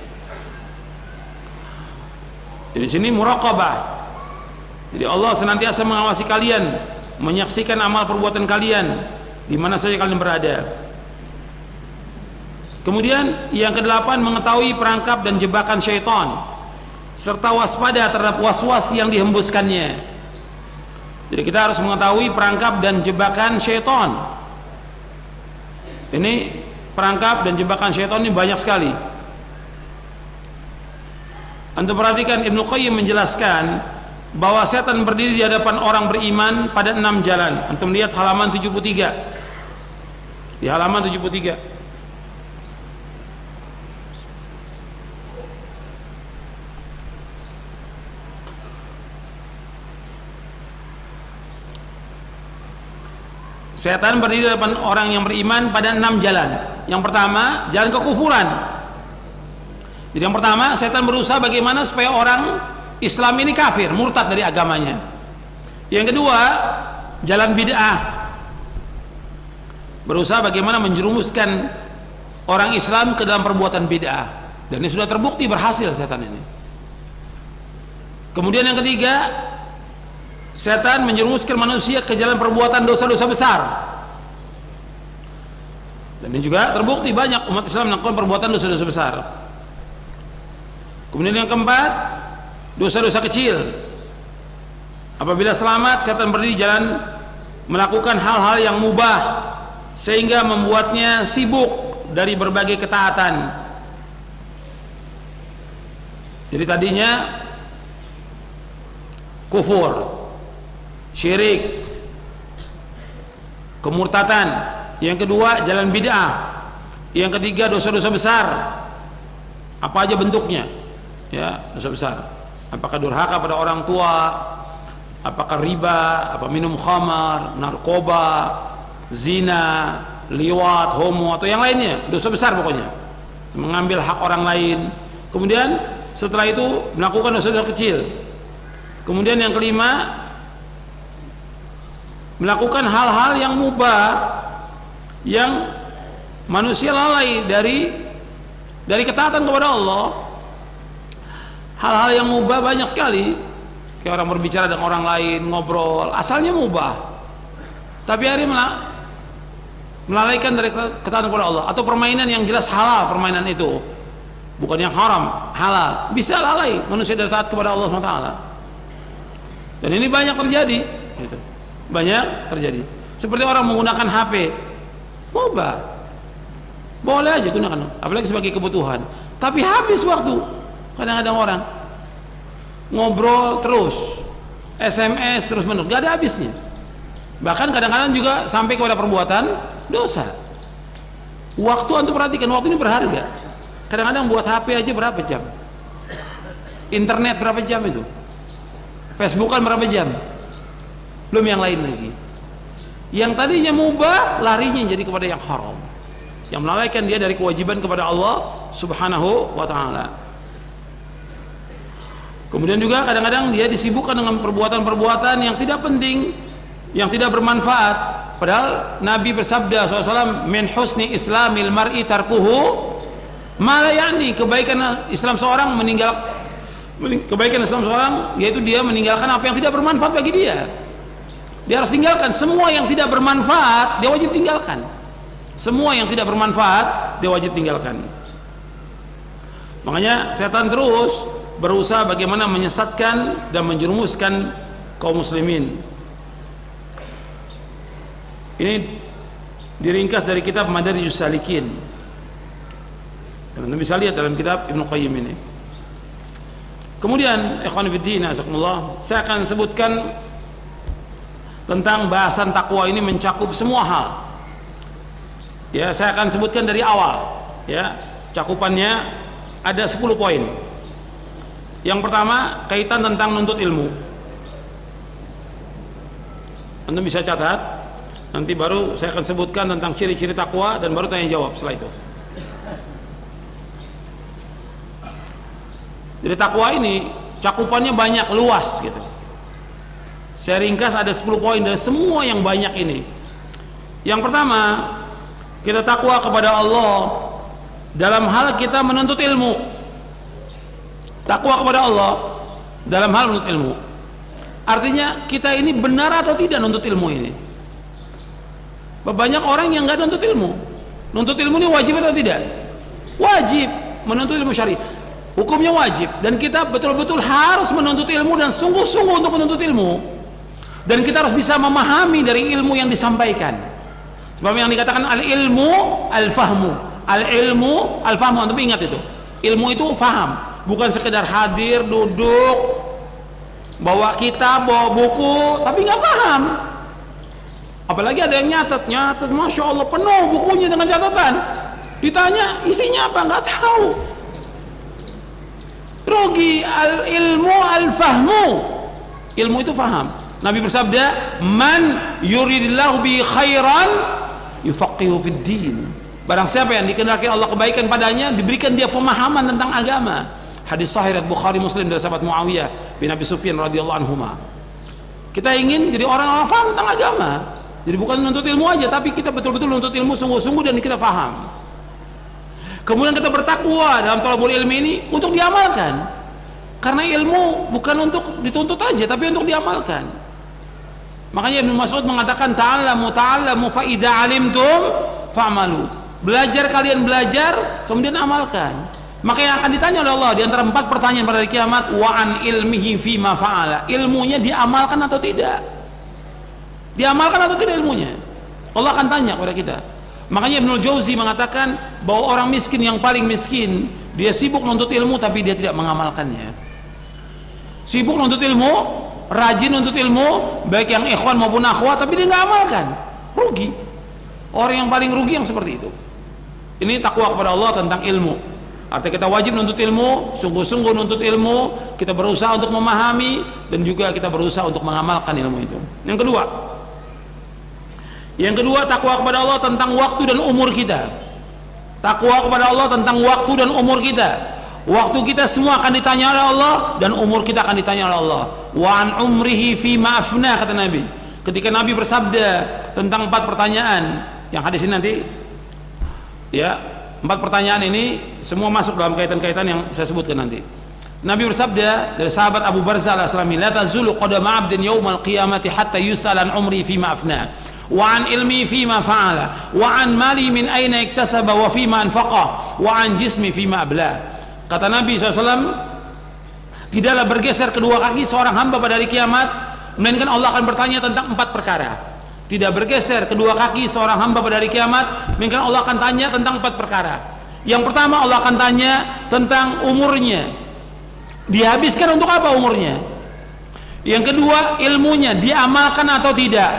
Jadi sini muraqabah. Jadi Allah senantiasa mengawasi kalian, menyaksikan amal perbuatan kalian di mana saja kalian berada. Kemudian yang kedelapan, mengetahui perangkap dan jebakan syaitan serta waspada terhadap was-was yang dihembuskannya. Jadi kita harus mengetahui perangkap dan jebakan syaitan. Ini perangkap dan jebakan syaitan ini banyak sekali. Antum perhatikan, Ibnu Qayyim menjelaskan bahwa setan berdiri di hadapan orang beriman pada enam jalan. Antum lihat halaman tujuh puluh tiga. Di halaman tujuh puluh tiga. Setan berdiri di hadapan orang yang beriman pada enam jalan. Yang pertama, jalan kekufuran. Jadi yang pertama, setan berusaha bagaimana supaya orang Islam ini kafir, murtad dari agamanya. Yang kedua, jalan bid'ah. Berusaha bagaimana menjerumuskan orang Islam ke dalam perbuatan bid'ah. Dan ini sudah terbukti berhasil setan ini. Kemudian yang ketiga, setan menjerumuskan manusia ke jalan perbuatan dosa-dosa besar. Dan ini juga terbukti banyak umat Islam melakukan perbuatan dosa-dosa besar. Kemudian yang keempat, dosa-dosa kecil. Apabila selamat, setan berdiri jalan melakukan hal-hal yang mubah sehingga membuatnya sibuk dari berbagai ketaatan. Jadi tadinya kufur, syirik, kemurtatan. Yang kedua, jalan bid'ah. Yang ketiga, dosa-dosa besar. Apa aja bentuknya? Ya, dosa besar. Apakah durhaka pada orang tua, apakah riba, apa minum khamar, narkoba, zina, liwat, homo, atau yang lainnya, dosa besar pokoknya. Mengambil hak orang lain. Kemudian setelah itu melakukan dosa-dosa kecil. Kemudian yang kelima, melakukan hal-hal yang mubah yang manusia lalai dari dari ketaatan kepada Allah. Hal-hal yang mubah banyak sekali, kayak orang berbicara dengan orang lain, ngobrol, asalnya mubah, tapi hari melalaikan dari ketaatan kepada Allah. Atau permainan yang jelas halal, permainan itu bukan yang haram, halal, bisa lalai manusia dari taat kepada Allah subhanahu wa taala. Dan ini banyak terjadi gitu. Banyak terjadi. Seperti orang menggunakan H P, mubah, boleh aja gunakan, apalagi sebagai kebutuhan, tapi habis waktu. Kadang-kadang orang ngobrol terus, S M S terus menerus, gak ada habisnya. Bahkan kadang-kadang juga sampai kepada perbuatan dosa. Waktu antum perhatikan, waktu ini berharga. Kadang-kadang buat H P aja berapa jam, internet berapa jam itu, Facebookan berapa jam, belum yang lain lagi. Yang tadinya mubah, larinya jadi kepada yang haram, yang melalaikan dia dari kewajiban kepada Allah subhanahu wa ta'ala. Kemudian juga kadang-kadang dia disibukkan dengan perbuatan-perbuatan yang tidak penting, yang tidak bermanfaat. Padahal Nabi bersabda shallallahu alaihi wasallam, min husni islamil mar'i tarkuhu ma la ya'ni. Kebaikan Islam seorang meninggal, kebaikan Islam seorang yaitu dia meninggalkan apa yang tidak bermanfaat bagi dia. Dia harus tinggalkan semua yang tidak bermanfaat, dia wajib tinggalkan. Semua yang tidak bermanfaat dia wajib tinggalkan. Makanya setan terus berusaha bagaimana menyesatkan dan menjerumuskan kaum muslimin. Ini diringkas dari kitab Madarijus Salikin. Anda bisa lihat dalam kitab Ibnu Qayyim ini. Kemudian, ikhwan fillah, azakumullah, saya akan sebutkan tentang bahasan takwa ini mencakup semua hal. Ya, saya akan sebutkan dari awal. Ya, cakupannya ada sepuluh poin. Yang pertama, kaitan tentang nuntut ilmu. Anda bisa catat, nanti baru saya akan sebutkan tentang ciri-ciri takwa dan baru tanya jawab setelah itu. Jadi takwa ini cakupannya banyak, luas gitu. Saya ringkas ada sepuluh poin dari semua yang banyak ini. Yang pertama, kita takwa kepada Allah dalam hal kita menuntut ilmu. Takwa kepada Allah dalam hal menuntut ilmu. Artinya kita ini benar atau tidak nuntut ilmu ini. Banyak orang yang nggak nuntut ilmu. Nuntut ilmu ini wajib atau tidak? Wajib menuntut ilmu syar'i. Hukumnya wajib, dan kita betul-betul harus menuntut ilmu dan sungguh-sungguh untuk menuntut ilmu. Dan kita harus bisa memahami dari ilmu yang disampaikan. Sebab yang dikatakan al-ilmu al-fahmu. Al-ilmu al-fahmu, antum ingat itu. Ilmu itu faham, bukan sekedar hadir, duduk, bawa kitab, bawa buku, tapi nggak paham. Apalagi ada yang nyatet, nyatet, masya Allah penuh bukunya dengan catatan. Ditanya isinya apa, nggak tahu. Rugi. Al-ilmu al-fahmu. Ilmu itu faham. Nabi bersabda, man yuridillahu bi khairan yufaqihu fid din. Barang siapa yang dikehendaki Allah kebaikan padanya, diberikan dia pemahaman tentang agama. Hadis sahih riwayat Bukhari Muslim dari sahabat Muawiyah bin Abi Sufyan radhiyallahu anhuma. Kita ingin jadi orang-orang faham tentang agama. Jadi bukan menuntut ilmu aja, tapi kita betul-betul menuntut ilmu sungguh-sungguh dan kita faham. Kemudian kita bertakwa dalam thalabul ilmi ini untuk diamalkan. Karena ilmu bukan untuk dituntut aja, tapi untuk diamalkan. Makanya Ibnu Mas'ud mengatakan, ta'allamu ta'allamu fa idza 'alimtum fa'malu. Belajar, kalian belajar, kemudian amalkan. Maka yang akan ditanya oleh Allah di antara empat pertanyaan pada hari kiamat, wa an ilmihi fima fa'ala. Ilmunya diamalkan atau tidak? Diamalkan atau tidak ilmunya? Allah akan tanya kepada kita. Makanya Ibnu Jauzi mengatakan bahwa orang miskin yang paling miskin, dia sibuk menuntut ilmu tapi dia tidak mengamalkannya. Sibuk menuntut ilmu, rajin menuntut ilmu, baik yang ikhwan maupun akhwat, tapi dia nggak amalkan. Rugi. Orang yang paling rugi yang seperti itu. Ini takwa kepada Allah tentang ilmu. Artinya kita wajib menuntut ilmu, sungguh-sungguh menuntut ilmu, kita berusaha untuk memahami, dan juga kita berusaha untuk mengamalkan ilmu itu. Yang kedua, yang kedua takwa kepada Allah tentang waktu dan umur kita. Takwa kepada Allah tentang waktu dan umur kita. Waktu kita semua akan ditanya oleh Allah, dan umur kita akan ditanya oleh Allah. Wa an umrihi fi ma afna, kata Nabi. Ketika Nabi bersabda tentang empat pertanyaan, yang hadis ini nanti, ya, empat pertanyaan ini semua masuk dalam kaitan-kaitan yang saya sebutkan nanti. Nabi bersabda dari sahabat Abu Barzah al-Aslami, la tazulu qadama 'abdin yaumal qiyamati hatta yus'al an umri fi ma afna, wa an ilmi fi ma fa'ala, wa an mali min aina iktasaba wa fi ma anfaqa, wa an jismi fi ma abla. Kata Nabi shallallahu alaihi wasallam, tidaklah bergeser kedua kaki seorang hamba pada hari kiamat, melainkan Allah akan bertanya tentang empat perkara. Tidak bergeser kedua kaki seorang hamba pada hari kiamat, melainkan Allah akan tanya tentang empat perkara. Yang pertama, Allah akan tanya tentang umurnya. Dihabiskan untuk apa umurnya? Yang kedua, ilmunya diamalkan atau tidak?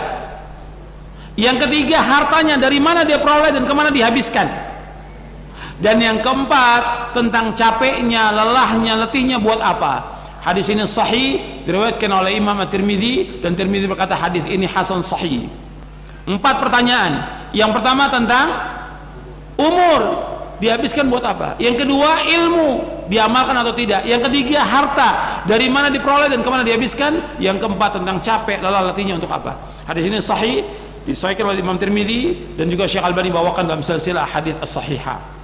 Yang ketiga, hartanya dari mana dia peroleh dan kemana dihabiskan? Dan yang keempat, tentang capeknya, lelahnya, letihnya buat apa? Hadis ini sahih, diriwayatkan oleh Imam At-Tirmidzi, dan Tirmidzi berkata hadis ini hasan sahih. Empat pertanyaan. Yang pertama tentang umur, dihabiskan buat apa? Yang kedua, ilmu, diamalkan atau tidak? Yang ketiga, harta, dari mana diperoleh dan kemana dihabiskan? Yang keempat, tentang capek, lelah, letihnya untuk apa? Hadis ini sahih, disahihkan oleh Imam Tirmidzi, dan juga Syekh Albani bawakan dalam silsilah hadits as-sahihah.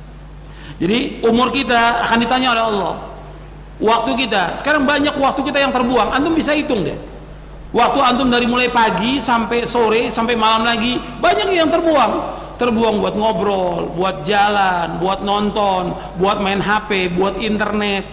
Jadi umur kita akan ditanya oleh Allah. Waktu kita, sekarang banyak waktu kita yang terbuang. Antum bisa hitung deh. Waktu antum dari mulai pagi sampai sore sampai malam lagi, banyak yang terbuang. Terbuang buat ngobrol, buat jalan, buat nonton, buat main H P, buat internet,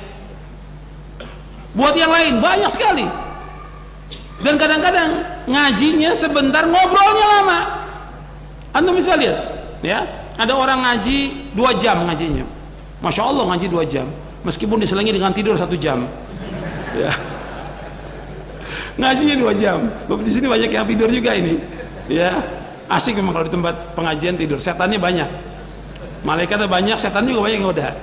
buat yang lain, banyak sekali. Dan kadang-kadang ngajinya sebentar, ngobrolnya lama. Antum bisa lihat, ya, ada orang ngaji dua jam ngajinya. Masya Allah ngaji dua jam, meskipun diselingi dengan tidur satu jam, ya. Ngajinya dua jam. Di sini banyak yang tidur juga ini, ya. Asik memang kalau di tempat pengajian tidur. Setannya banyak, malaikatnya banyak, setan juga banyak yang udah.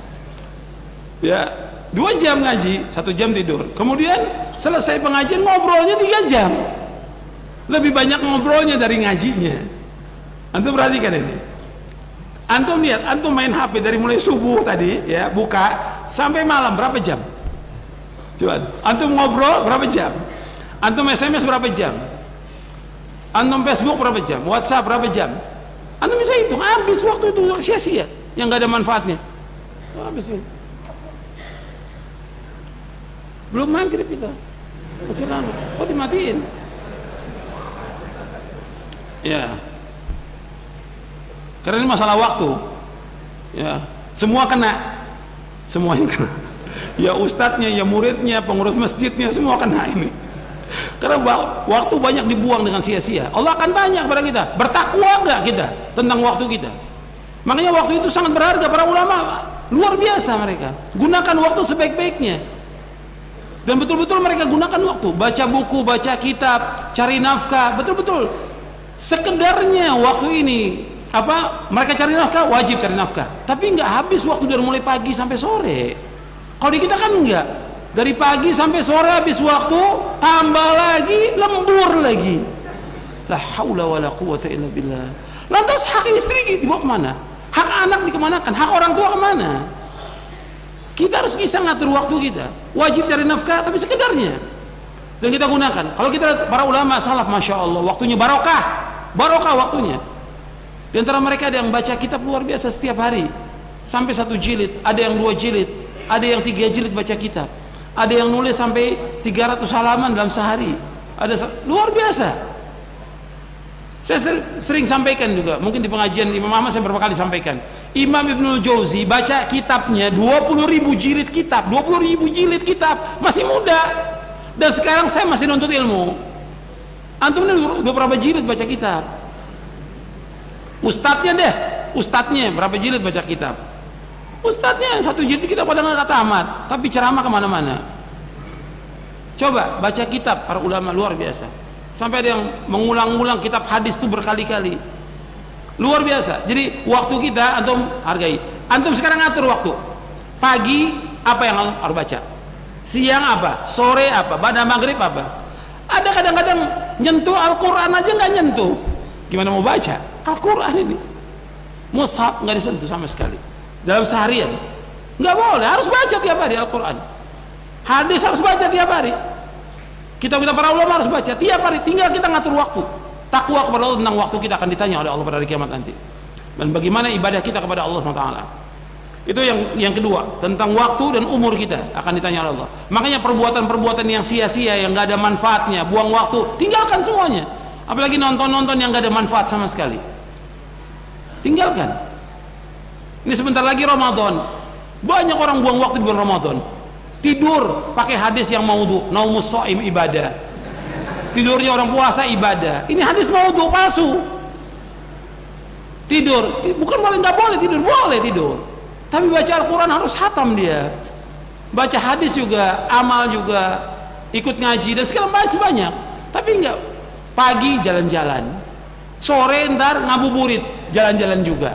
Ya, dua jam ngaji, satu jam tidur. Kemudian selesai pengajian ngobrolnya tiga jam. Lebih banyak ngobrolnya dari ngajinya. Antum perhatikan ini. Antum lihat, antum main H P dari mulai subuh tadi, ya, buka sampai malam berapa jam? Coba, antum ngobrol berapa jam? Antum S M S berapa jam? Antum Facebook berapa jam? WhatsApp berapa jam? Antum bisa hitung, habis waktu itu sia-sia, yang gak ada manfaatnya. Habis itu. Belum maghrib kita, masih lama. Kok dimatiin? Ya. Karena ini masalah waktu, Ya, semua kena, semuanya kena. Ya ustadznya, ya muridnya, pengurus masjidnya, semua kena ini. Karena waktu banyak dibuang dengan sia-sia. Allah akan tanya kepada kita, bertakwa enggak kita tentang waktu kita? Makanya waktu itu sangat berharga. Para ulama luar biasa, mereka gunakan waktu sebaik-baiknya. Dan betul-betul mereka gunakan waktu, baca buku, baca kitab, cari nafkah, betul-betul. Sekedarnya waktu ini, apa, mereka cari nafkah, wajib cari nafkah. Tapi enggak habis waktu dari mulai pagi sampai sore. Kalau di kita kan enggak. Dari pagi sampai sore habis waktu, tambah lagi, lembur lagi. La haula wala quwata illa billah. Lantas hak istri dibawa kemana? Hak anak dikemanakan? Hak orang tua kemana? Kita harus bisa ngatur waktu kita. Wajib cari nafkah, tapi sekedarnya. Dan kita gunakan. Kalau kita para ulama salaf, masya Allah, waktunya barokah, barokah waktunya. Di antara mereka ada yang baca kitab luar biasa setiap hari, sampai satu jilid, ada yang dua jilid, ada yang tiga jilid baca kitab. Ada yang nulis sampai tiga ratus halaman dalam sehari. Ada luar biasa. Saya sering, sering sampaikan juga, mungkin di pengajian Imam Ahmad saya beberapa kali sampaikan. Imam Ibnul Jauzi baca kitabnya dua puluh ribu jilid kitab, dua puluh ribu jilid kitab, masih muda. Dan sekarang saya masih nuntut ilmu. Antum ini udah berapa jilid baca kitab? Ustadznya deh, ustadznya berapa jilid baca kitab? Ustadznya satu jilid kita pada nggak tamat, tapi ceramah kemana-mana. Coba baca kitab para ulama luar biasa. Sampai ada yang mengulang-ulang kitab hadis itu berkali-kali. Luar biasa. Jadi waktu kita antum hargai. Antum sekarang ngatur waktu. Pagi apa yang harus baca? Siang apa? Sore apa? Pada maghrib apa? Ada kadang-kadang nyentuh Al-Quran aja nggak nyentuh. Gimana mau baca Al-Quran ini? Mushaf nggak disentuh sama sekali. Dalam seharian nggak boleh, harus baca tiap hari Al-Quran. Hadis harus baca tiap hari. Kitab-kitab para ulama harus baca tiap hari. Tinggal kita ngatur waktu. Takwa kepada Allah tentang waktu kita akan ditanya oleh Allah pada hari kiamat nanti. Dan bagaimana ibadah kita kepada Allah subhanahu wa taala. Itu yang yang kedua, tentang waktu dan umur kita akan ditanya oleh Allah. Makanya perbuatan-perbuatan yang sia-sia, yang nggak ada manfaatnya, buang waktu, tinggalkan semuanya. Apalagi nonton-nonton yang nggak ada manfaat sama sekali. Tinggalkan. Ini sebentar lagi Ramadan. Banyak orang buang waktu di bulan Ramadan. Tidur pakai hadis yang maudhu, naumus shaim ibadah. Tidurnya orang puasa ibadah. Ini hadis maudhu palsu. Tidur, bukan boleh, nggak boleh tidur, boleh tidur. Tapi baca Al-Quran harus hatam dia. Baca hadis juga, amal juga, ikut ngaji dan segala macam banyak. Tapi enggak, pagi jalan-jalan, sore ntar ngabuburit, jalan-jalan juga.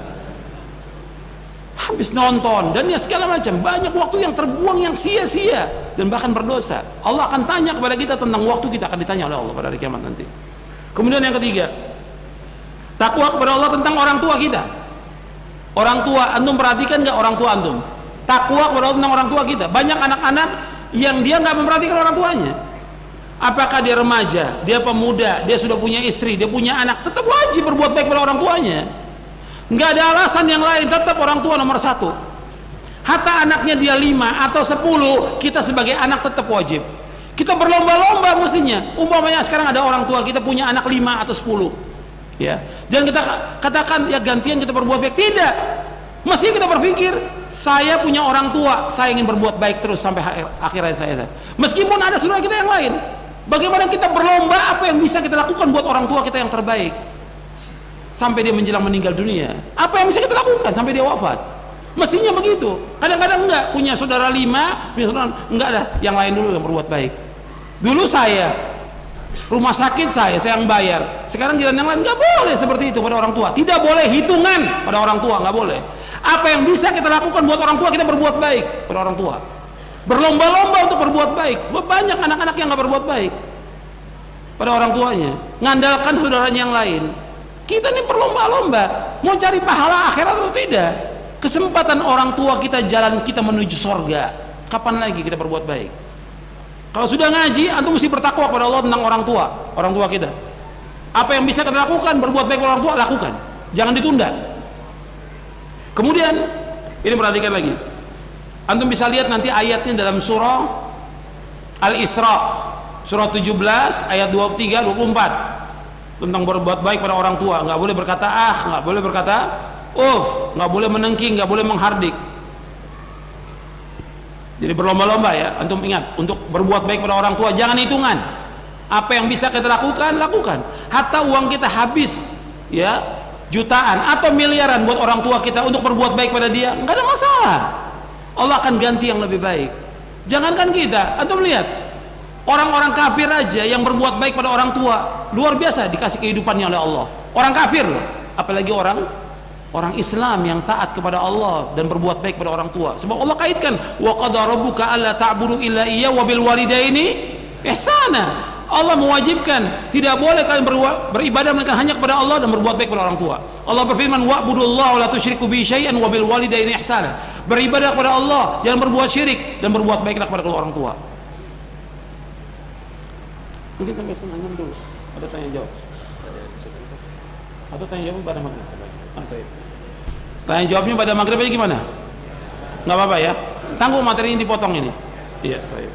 Habis nonton dan ya segala macam, banyak waktu yang terbuang yang sia-sia dan bahkan berdosa. Allah akan tanya kepada kita tentang waktu kita, akan ditanya oleh Allah pada hari kiamat nanti. Kemudian yang ketiga, takwa kepada Allah tentang orang tua kita. Orang tua, antum perhatikan nggak orang tua antum? Takwa kepada Allah tentang orang tua kita. Banyak anak-anak yang dia nggak memperhatikan orang tuanya. Apakah dia remaja, dia pemuda, dia sudah punya istri, dia punya anak, tetap wajib berbuat baik kepada orang tuanya. Nggak ada alasan yang lain, tetap orang tua nomor satu. Hatta anaknya dia lima atau sepuluh, kita sebagai anak tetap wajib. Kita berlomba-lomba mestinya. Umpamanya sekarang ada orang tua kita punya anak lima atau sepuluh, ya. Jangan kita katakan ya gantian kita berbuat baik. Tidak. Mesti kita berpikir, saya punya orang tua, saya ingin berbuat baik terus sampai akhir, akhir hayat saya. Meskipun ada saudara kita yang lain, bagaimana kita berlomba apa yang bisa kita lakukan buat orang tua kita yang terbaik sampai dia menjelang meninggal dunia. Apa yang bisa kita lakukan sampai dia wafat? Mestinya begitu. Kadang-kadang enggak, punya saudara lima, punya saudara enggak, ada yang lain dulu yang berbuat baik. Dulu saya rumah sakit saya, saya yang bayar. Sekarang jalan yang lain, nggak boleh seperti itu pada orang tua. Tidak boleh hitungan pada orang tua, nggak boleh. Apa yang bisa kita lakukan buat orang tua, kita berbuat baik pada orang tua. Berlomba-lomba untuk berbuat baik. Sebab banyak anak-anak yang nggak berbuat baik pada orang tuanya, ngandalkan saudaranya yang lain. Kita ini berlomba-lomba mau cari pahala akhirat atau tidak. Kesempatan orang tua kita, jalan kita menuju sorga. Kapan lagi kita berbuat baik? Kalau sudah ngaji, antum mesti bertakwa kepada Allah tentang orang tua, orang tua kita. Apa yang bisa kita lakukan, berbuat baik kepada orang tua, lakukan. Jangan ditunda. Kemudian, ini perhatikan lagi. Antum bisa lihat nanti ayatnya dalam surah Al-Isra, surah tujuh belas, ayat dua puluh tiga, dua puluh empat. Tentang berbuat baik pada orang tua. Nggak boleh berkata ah, nggak boleh berkata Uf, nggak boleh menengking, nggak boleh menghardik. Jadi berlomba-lomba ya, antum ingat untuk berbuat baik pada orang tua, jangan hitungan. Apa yang bisa kita lakukan, lakukan. Hatta uang kita habis ya, jutaan atau miliaran buat orang tua kita untuk berbuat baik pada dia, nggak ada masalah. Allah akan ganti yang lebih baik. Jangankan kita, antum lihat orang-orang kafir aja yang berbuat baik pada orang tua, luar biasa dikasih kehidupannya oleh Allah. Orang kafir loh, apalagi orang orang Islam yang taat kepada Allah dan berbuat baik pada orang tua. Sebab Allah kaitkan wa qadara rabbuka alla ta'budu illa iyyahu wa bil walidaini ihsana. Allah mewajibkan tidak boleh kalian beribadah melainkan hanya kepada Allah dan berbuat baik kepada orang tua. Allah berfirman wa'budullaha wa la tusyriku bihi syai'an wa bil walidaini ihsana. Beribadah kepada Allah, jangan berbuat syirik, dan berbuat baiklah kepada kedua orang tua. Mungkin sampai setengah enam dulu. Ada tanya jawab. Atau tanya jawab pada maghrib. Tanya jawabnya pada maghrib aja gimana? Nggak apa-apa ya. Tangguh materi ini dipotong ini. Iya. Baik.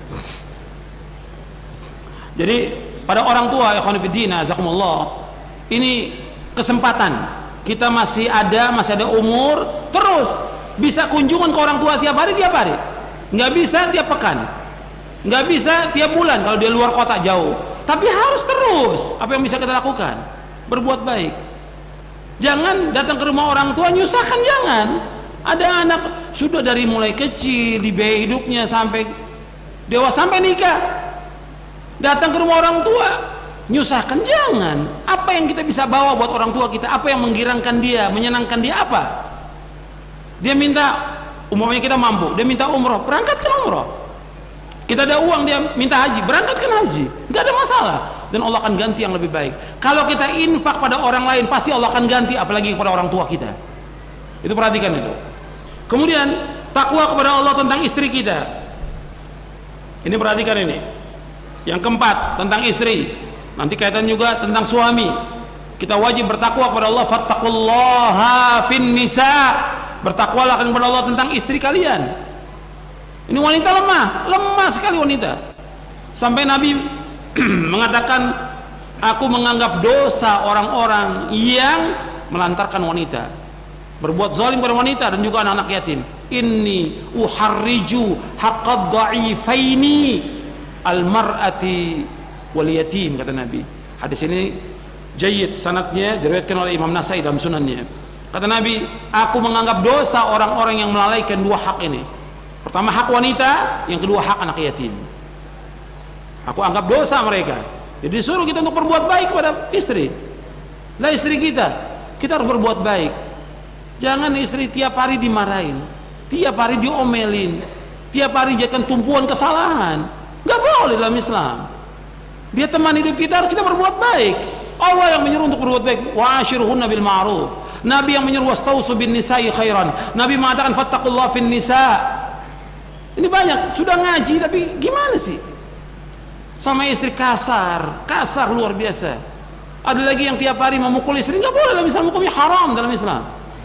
Jadi pada orang tua, ikhwan fillah, azakumullah, ini kesempatan kita masih ada, masih ada umur, terus bisa kunjungan ke orang tua tiap hari tiap hari. Nggak bisa tiap pekan, nggak bisa tiap bulan kalau dia luar kota jauh. Tapi harus terus. Apa yang bisa kita lakukan? Berbuat baik. Jangan datang ke rumah orang tua nyusahkan, jangan. Ada anak sudah dari mulai kecil dibiayai hidupnya sampai dewasa sampai nikah, datang ke rumah orang tua nyusahkan, jangan. Apa yang kita bisa bawa buat orang tua kita? Apa yang menggirangkan dia, menyenangkan dia? Apa? Dia minta, umpamanya kita mampu, dia minta umroh, berangkatkan umroh. Kita ada uang, dia minta haji, berangkatkan haji, nggak ada masalah. Dan Allah akan ganti yang lebih baik. Kalau kita infak pada orang lain, pasti Allah akan ganti, apalagi kepada orang tua kita. Itu perhatikan itu. Kemudian takwa kepada Allah tentang istri kita. Ini perhatikan ini. Yang keempat tentang istri. Nanti kaitan juga tentang suami. Kita wajib bertakwa kepada Allah. Fattaqullaha fin nisa. Bertakwalah kepada Allah tentang istri kalian. Ini wanita lemah, lemah sekali wanita. Sampai Nabi mengatakan, aku menganggap dosa orang-orang yang melantarkan wanita, berbuat zalim pada wanita dan juga anak-anak yatim. Inni uharriju haqqad dha'ifaini al-mar'ati wal yatim, kata Nabi. Hadis ini jayyid, sanadnya diriwayatkan oleh Imam Nasai dalam sunannya. Kata Nabi, aku menganggap dosa orang-orang yang melalaikan dua hak ini. Pertama hak wanita, yang kedua hak anak yatim. Aku anggap dosa mereka. Jadi disuruh kita untuk berbuat baik kepada istri. Lah istri kita, kita harus berbuat baik. Jangan istri tiap hari dimarahin, tiap hari diomelin, tiap hari jadikan tumpuan kesalahan. Gak boleh dalam Islam. Dia teman hidup kita, harus kita berbuat baik. Allah yang menyuruh untuk berbuat baik. Wa ashiruhunna bil ma'ruf. Nabi yang menyuruh wastausu bin nisa'i khairan. Nabi mengatakan fattaqullaha fin nisa'. Ini banyak sudah ngaji tapi gimana sih? Sama istri kasar, kasar luar biasa. Ada lagi yang tiap hari memukul istri, nggak boleh dalam Islam, hukumnya haram dalam Islam.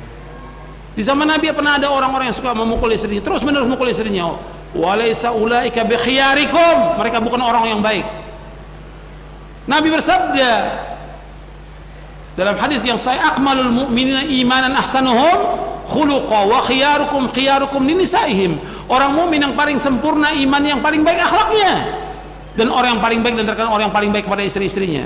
Di zaman Nabi pernah ada orang-orang yang suka memukul istrinya, terus menerus memukul istrinya. Walaysa ulaika bi khiyarikum, mereka bukan orang yang baik. Nabi bersabda dalam hadis yang sahih, akmalul mu'minina imanan ahsanuhum khuluqa wa khiyarukum khiyarukum linisaihim. Orang mukmin yang paling sempurna iman, yang paling baik akhlaknya, dan orang yang paling baik dan terkenal orang yang paling baik kepada istri-istrinya.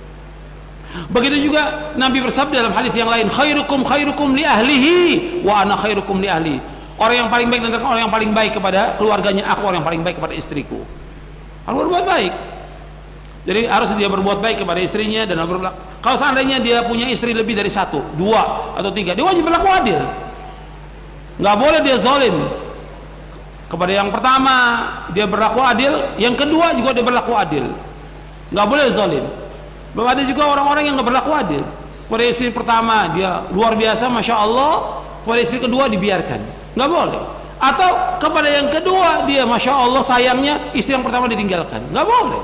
Begitu juga Nabi bersabda dalam hadis yang lain, khairukum khairukum li ahlihi wa ana khairukum li ahli. Orang yang paling baik dan terkenal orang yang paling baik kepada keluarganya, aku orang yang paling baik kepada istriku. Harus berbuat baik. Jadi harus dia berbuat baik kepada istrinya. Dan kalau seandainya dia punya istri lebih dari satu, dua atau tiga, dia wajib berlaku adil. Nggak boleh dia zalim. Kepada yang pertama dia berlaku adil, yang kedua juga dia berlaku adil. Nggak boleh zalim. Bahwa ada juga orang-orang yang nggak berlaku adil. Pada istri pertama dia luar biasa, masya Allah. Pada istri kedua dibiarkan, nggak boleh. Atau kepada yang kedua dia masya Allah sayangnya, istri yang pertama ditinggalkan, nggak boleh.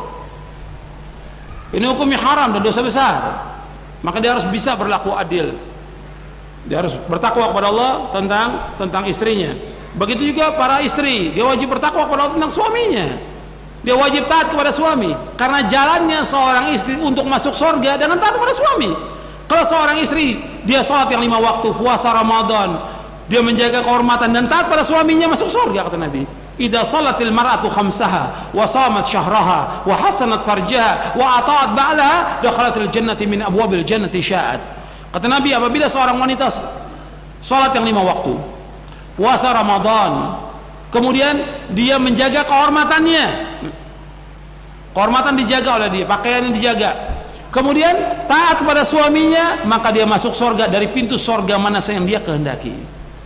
Ini hukumnya haram dan dosa besar. Maka dia harus bisa berlaku adil. Dia harus bertakwa kepada Allah tentang tentang istrinya. Begitu juga para istri, dia wajib bertakwa kepada Allah tentang suaminya. Dia wajib taat kepada suami, karena jalannya seorang istri untuk masuk surga dengan taat kepada suami. Kalau seorang istri dia sholat yang lima waktu, puasa Ramadan, dia menjaga kehormatan dan taat pada suaminya, masuk surga kata Nabi. Idza salatil mar'atu khamsaha wa shamat syahraha wa hasanat farjaha wa ata'at ba'laha dakhalatil jannati min abwabil jannati sya'at. Kata Nabi, apabila seorang wanita sholat yang lima waktu, puasa Ramadan, kemudian dia menjaga kehormatannya, kehormatan dijaga oleh dia, pakaian dijaga, kemudian taat kepada suaminya, maka dia masuk surga dari pintu surga mana yang dia kehendaki.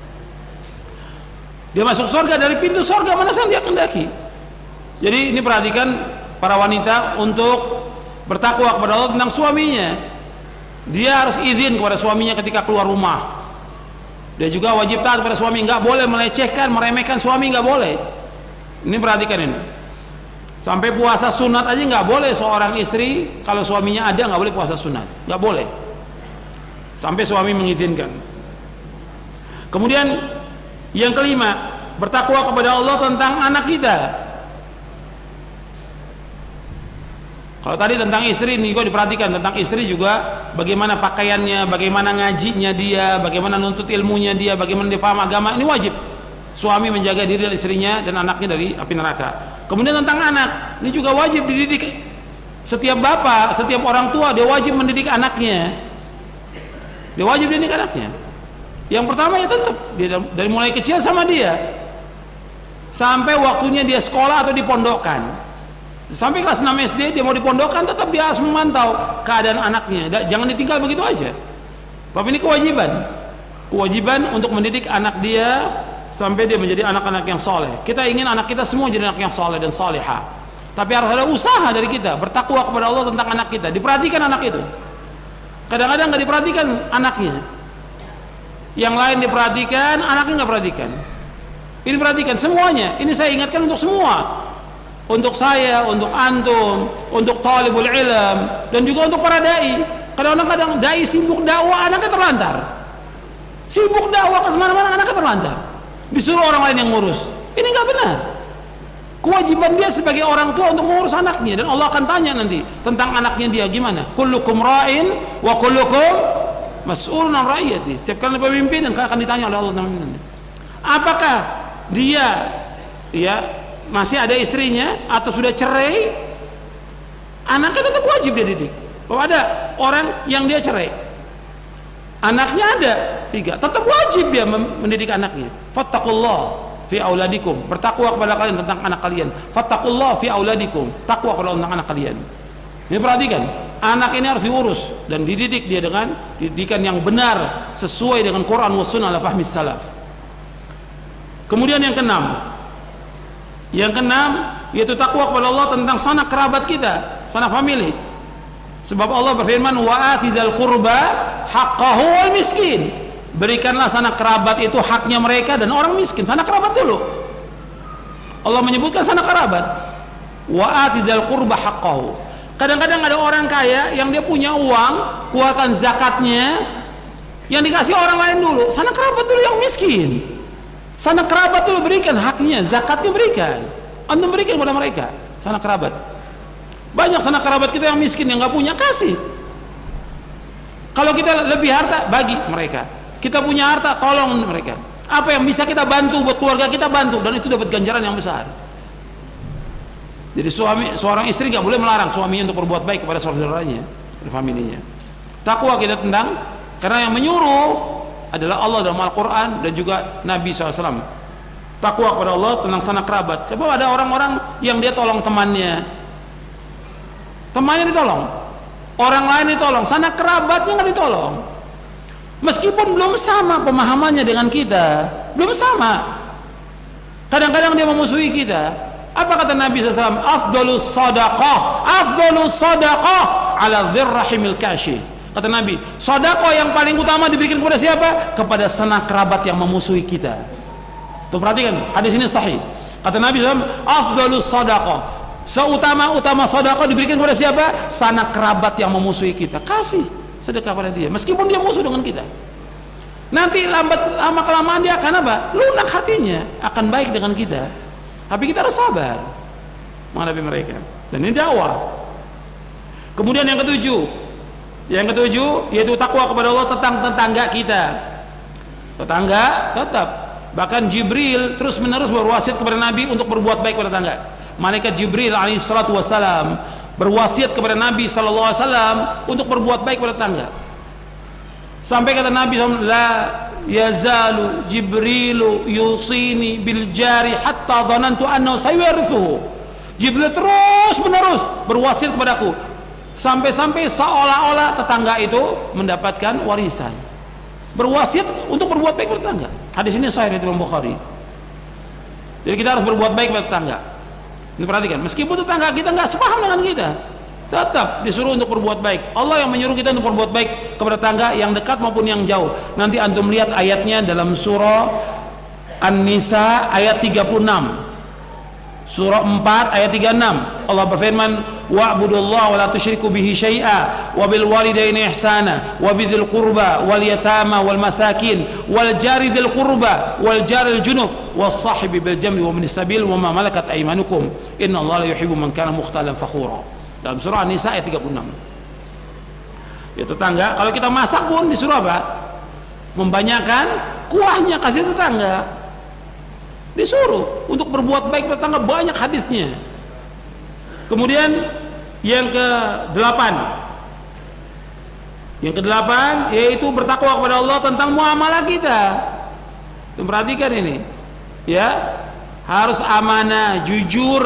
Dia masuk surga dari pintu surga mana yang dia kehendaki. Jadi ini perhatikan para wanita untuk bertakwa kepada Allah tentang suaminya. Dia harus izin kepada suaminya ketika keluar rumah. Dia juga wajib taat kepada suami, nggak boleh melecehkan, meremehkan suami, nggak boleh. Ini perhatikan ini. Sampai puasa sunat aja nggak boleh seorang istri kalau suaminya ada, nggak boleh puasa sunat, nggak boleh. Sampai suami mengizinkan. Kemudian yang kelima, bertakwa kepada Allah tentang anak kita. Kalau tadi tentang istri, ini juga diperhatikan tentang istri juga, bagaimana pakaiannya, bagaimana ngajinya dia, bagaimana nuntut ilmunya dia, bagaimana dia paham agama, ini wajib. Suami menjaga diri dan istrinya dan anaknya dari api neraka. Kemudian tentang anak, ini juga wajib dididik. Setiap bapak, setiap orang tua, dia wajib mendidik anaknya. Dia wajib mendidik anaknya. Yang pertama ya tetap dia dari mulai kecil sama dia, sampai waktunya dia sekolah atau dipondokkan. Sampai kelas enam S D dia mau dipondokkan, tetap dia harus memantau keadaan anaknya. Jangan ditinggal begitu aja. Bapak ini kewajiban, kewajiban untuk mendidik anak dia sampai dia menjadi anak-anak yang soleh. Kita ingin anak kita semua jadi anak yang soleh dan soleha. Tapi harus ada usaha dari kita bertakwa kepada Allah tentang anak kita. Diperhatikan anak itu. Kadang-kadang nggak diperhatikan anaknya. Yang lain diperhatikan, anaknya nggak perhatikan. Ini perhatikan semuanya. Ini saya ingatkan untuk semua. Untuk saya, untuk antum, untuk talibul ilm, dan juga untuk para dai. Kadang-kadang dai sibuk dakwah, anaknya terlantar. Sibuk dakwah ke mana-mana, anaknya terlantar. Disuruh orang lain yang ngurus. Ini nggak benar. Kewajiban dia sebagai orang tua untuk mengurus anaknya, dan Allah akan tanya nanti tentang anaknya dia gimana. Kullukum ra'in wa kullukum mas'ulun an ra'iyati. Setiap kali pemimpin dan akan ditanya oleh Allah. Apakah dia ya masih ada istrinya atau sudah cerai, anaknya tetap wajib dia didik. Bahwa ada orang yang dia cerai, anaknya ada tiga, tetap wajib dia mendidik anaknya. Fattaqullah fi auladikum, bertakwa kepada kalian tentang anak kalian. Fattaqullah fi auladikum, takwa kepada tentang anak kalian. Ini perhatikan, anak ini harus diurus dan dididik dia dengan didikan yang benar sesuai dengan Quran wa sunnah ala fahmi salaf. Kemudian yang keenam, Yang keenam yaitu takwa kepada Allah tentang sanak kerabat kita, sanak famili. Sebab Allah berfirman, wa atidal qurba haqqahu wal miskin. Berikanlah sanak kerabat itu haknya mereka dan orang miskin. Sanak kerabat dulu. Allah menyebutkan sanak kerabat. Wa atidal qurba haqqahu. Kadang-kadang ada orang kaya yang dia punya uang, keluarkan zakatnya, yang dikasih orang lain dulu. Sanak kerabat dulu yang miskin. Sanak kerabat dulu berikan haknya, zakatnya berikan. Antum berikan kepada mereka, sanak kerabat. Banyak sanak kerabat kita yang miskin, yang nggak punya, kasih. Kalau kita lebih harta, bagi mereka. Kita punya harta, tolong mereka. Apa yang bisa kita bantu buat keluarga kita, bantu, dan itu dapat ganjaran yang besar. Jadi suami, seorang istri nggak boleh melarang suaminya untuk berbuat baik kepada saudaranya, kepada familinya. Takwa kita tentang, karena yang menyuruh adalah Allah dalam Al-Quran dan juga Nabi shallallahu alaihi wasallam. Takwa kepada Allah tentang sanak kerabat. Coba ada orang-orang yang dia tolong temannya, temannya ditolong, orang lain ditolong, sanak kerabatnya nggak ditolong. Meskipun belum sama pemahamannya dengan kita, belum sama. Kadang-kadang dia memusuhi kita. Apa kata Nabi shallallahu alaihi wasallam? Afdalus sadaqah, afdalus sadaqah ala dzirrahimil kashi. Kata Nabi, sedekah yang paling utama diberikan kepada siapa? Kepada sanak kerabat yang memusuhi kita. Tuh perhatikan, hadis ini sahih. Kata Nabi shallallahu alaihi wasallam, afdalus sadaqah, seutama-utama sedekah diberikan kepada siapa? Sanak kerabat yang memusuhi kita. Kasih sedekah pada dia, meskipun dia musuh dengan kita. Nanti lambat lama kelamaan dia akan apa? Lunak hatinya, akan baik dengan kita. Tapi kita harus sabar menghadapi mereka. Dan ini dakwah. Kemudian yang ketujuh, Yang ketujuh yaitu takwa kepada Allah tentang tetangga kita. Tetangga tetap, bahkan Jibril terus menerus berwasiat kepada Nabi untuk berbuat baik kepada tetangga. Malaikat Jibril alaihi salatu wassalam berwasiat kepada Nabi sallallahu alaihi wasallam untuk berbuat baik kepada tetangga. Sampai kata Nabi sallallahu alaihi wasallam, la yazalu Jibrilu yusini bil jari hatta dhanantu annahu sayurithuhu. Jibril terus menerus berwasiat kepadaku sampai-sampai seolah-olah tetangga itu mendapatkan warisan. Berwasiat untuk berbuat baik kepada tetangga. Hadis ini sahih dari Imam Bukhari. Jadi kita harus berbuat baik kepada tetangga. Ini perhatikan, meskipun tetangga kita nggak sepaham dengan kita, tetap disuruh untuk berbuat baik. Allah yang menyuruh kita untuk berbuat baik kepada tetangga yang dekat maupun yang jauh. Nanti antum lihat ayatnya dalam surah An-Nisa ayat tiga puluh enam. Surah empat ayat tiga puluh enam. Allah berfirman, wa'budullaha wa la tusyriku bihi syai'a wa bil walidaini ihsana wa bidzil qurba wal yatama wal masakin wal jari dzil qurba wal jaril junub was sahibi bil jambi wa min sabil wa ma malakat aymanukum innallaha la yuhibbu man kana mukhtalan fakhura. Dalam surah An-Nisa ayat tiga puluh enam. Ya tetangga, kalau kita masak pun disuruh apa? Membanyakkan kuahnya, kasih tetangga. Disuruh untuk berbuat baik tetangga, banyak hadisnya. Kemudian yang ke delapan, yang ke delapan yaitu bertakwa kepada Allah tentang muamalah kita. Perhatikan ini, ya, harus amanah, jujur,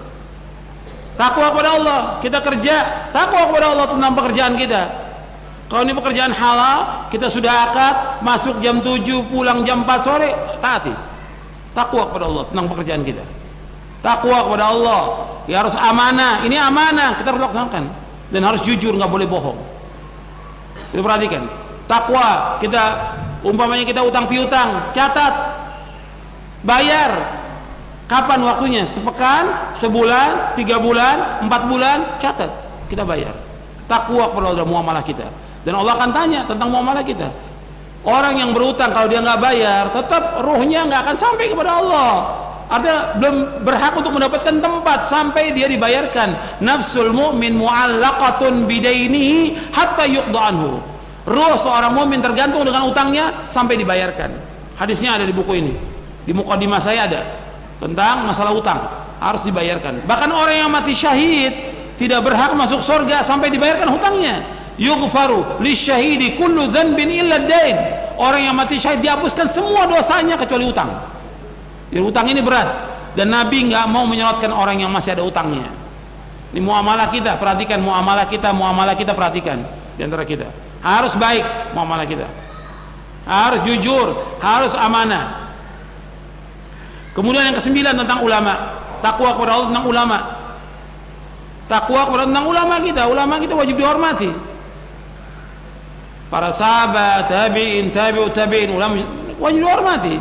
takwa kepada Allah. Kita kerja, takwa kepada Allah tentang pekerjaan kita. Kalau ini pekerjaan halal, kita sudah akad, masuk jam tujuh, pulang jam empat sore, taati. Takwa kepada Allah tentang pekerjaan kita. Takwa kepada Allah, ya harus amanah. Ini amanah kita harus laksanakan dan harus jujur, nggak boleh bohong. Kita perhatikan. Takwa kita, umpamanya kita utang piutang, catat, bayar. Kapan waktunya? Sepekan, sebulan, tiga bulan, empat bulan, catat. Kita bayar. Takwa kepada Allah muamalah kita. Dan Allah akan tanya tentang muamalah kita. Orang yang berutang kalau dia nggak bayar, tetap ruhnya nggak akan sampai kepada Allah. Artinya belum berhak untuk mendapatkan tempat sampai dia dibayarkan. Nafsul mu'min mu'allaqatun bidainihi hatta yuqda anhu. Ruh seorang mukmin tergantung dengan utangnya sampai dibayarkan. Hadisnya ada di buku ini. Di mukadimah saya ada tentang masalah utang, harus dibayarkan. Bahkan orang yang mati syahid tidak berhak masuk surga sampai dibayarkan hutangnya. Yughfaru lisyahidi kullu dzanbin illa ad-dain. Orang yang mati syahid dihapuskan semua dosanya kecuali utang. Jadi utang ini berat dan Nabi nggak mau menyolatkan orang yang masih ada utangnya. Ini muamalah kita, perhatikan muamalah kita, muamalah kita perhatikan di antara kita. Harus baik muamalah kita. Harus jujur, harus amanah. Kemudian yang kesembilan tentang ulama. Takwa kepada Allah tentang ulama. Takwa kepada tentang ulama kita. Ulama kita wajib dihormati. Para sahabat, tabi'in, tabi'ut tabi'in, ulama wajib dihormati.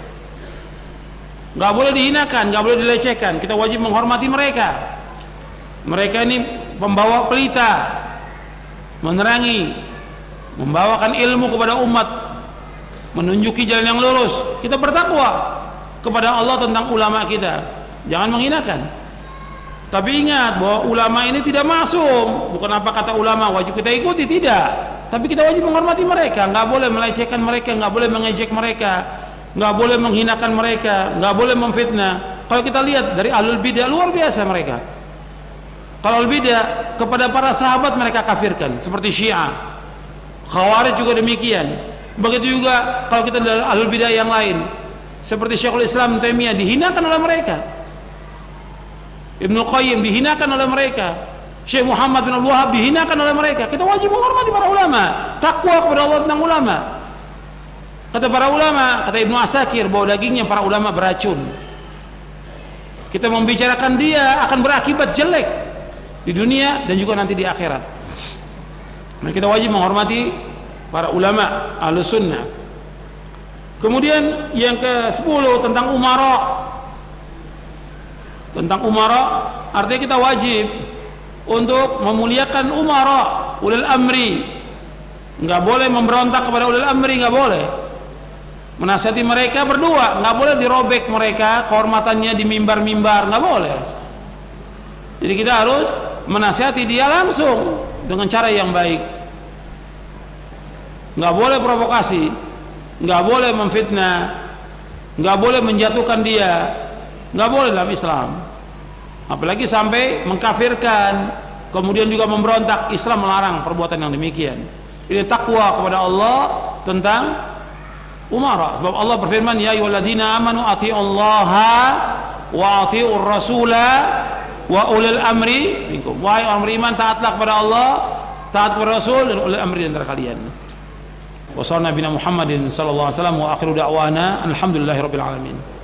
Nggak boleh dihinakan, nggak boleh dilecehkan. Kita wajib menghormati mereka. Mereka ini pembawa pelita, menerangi, membawakan ilmu kepada umat, menunjuki jalan yang lurus. Kita bertakwa kepada Allah tentang ulama kita. Jangan menghinakan. Tapi ingat bahwa ulama ini tidak masuk. Bukan apa kata ulama wajib kita ikuti, tidak. Tapi kita wajib menghormati mereka. Nggak boleh melecehkan mereka, nggak boleh mengejek mereka, nggak boleh menghinakan mereka, nggak boleh memfitnah. Kalau kita lihat dari ahlul bidah, luar biasa mereka. Kalau ahlul bidah kepada para sahabat mereka kafirkan, seperti Syiah, Khawarij juga demikian. Begitu juga kalau kita dari ahlul bidah yang lain, seperti Syekhul Islam Taimiyah dihinakan oleh mereka. Ibnu Qayyim dihinakan oleh mereka. Syekh Muhammad bin Abdul Wahab dihinakan oleh mereka. Kita wajib menghormati para ulama, takwa kepada Allah tentang ulama. Kata para ulama, kata Ibnu Asakir, bahwa dagingnya para ulama beracun. Kita membicarakan dia akan berakibat jelek di dunia dan juga nanti di akhirat. Nah, kita wajib menghormati para ulama Ahlus Sunnah. Kemudian yang ke sepuluh tentang umara. Tentang umara, artinya kita wajib untuk memuliakan umara, ulil amri. Nggak boleh memberontak kepada ulil amri, nggak boleh. Menasihati mereka berdua, nggak boleh dirobek mereka kehormatannya di mimbar-mimbar, nggak boleh. Jadi kita harus menasihati dia langsung dengan cara yang baik. nggak boleh provokasi, nggak boleh memfitnah, nggak boleh menjatuhkan dia, nggak boleh dalam Islam. Apalagi sampai mengkafirkan, kemudian juga memberontak. Islam melarang perbuatan yang demikian. Ini takwa kepada Allah tentang umara. Sebab Allah berfirman, ya ayyuhalladzina amanu atiiullaha wa atiiur rasula wa ulil amri minkum. Wahai orang beriman, taatlah kepada Allah, taat kepada Rasul dan ulil amri antara kalian. Wa sallallahu nabiyana Muhammadin sallallahu alaihi wasallam wa akhiru da'wana alhamdulillahirabbil alamin.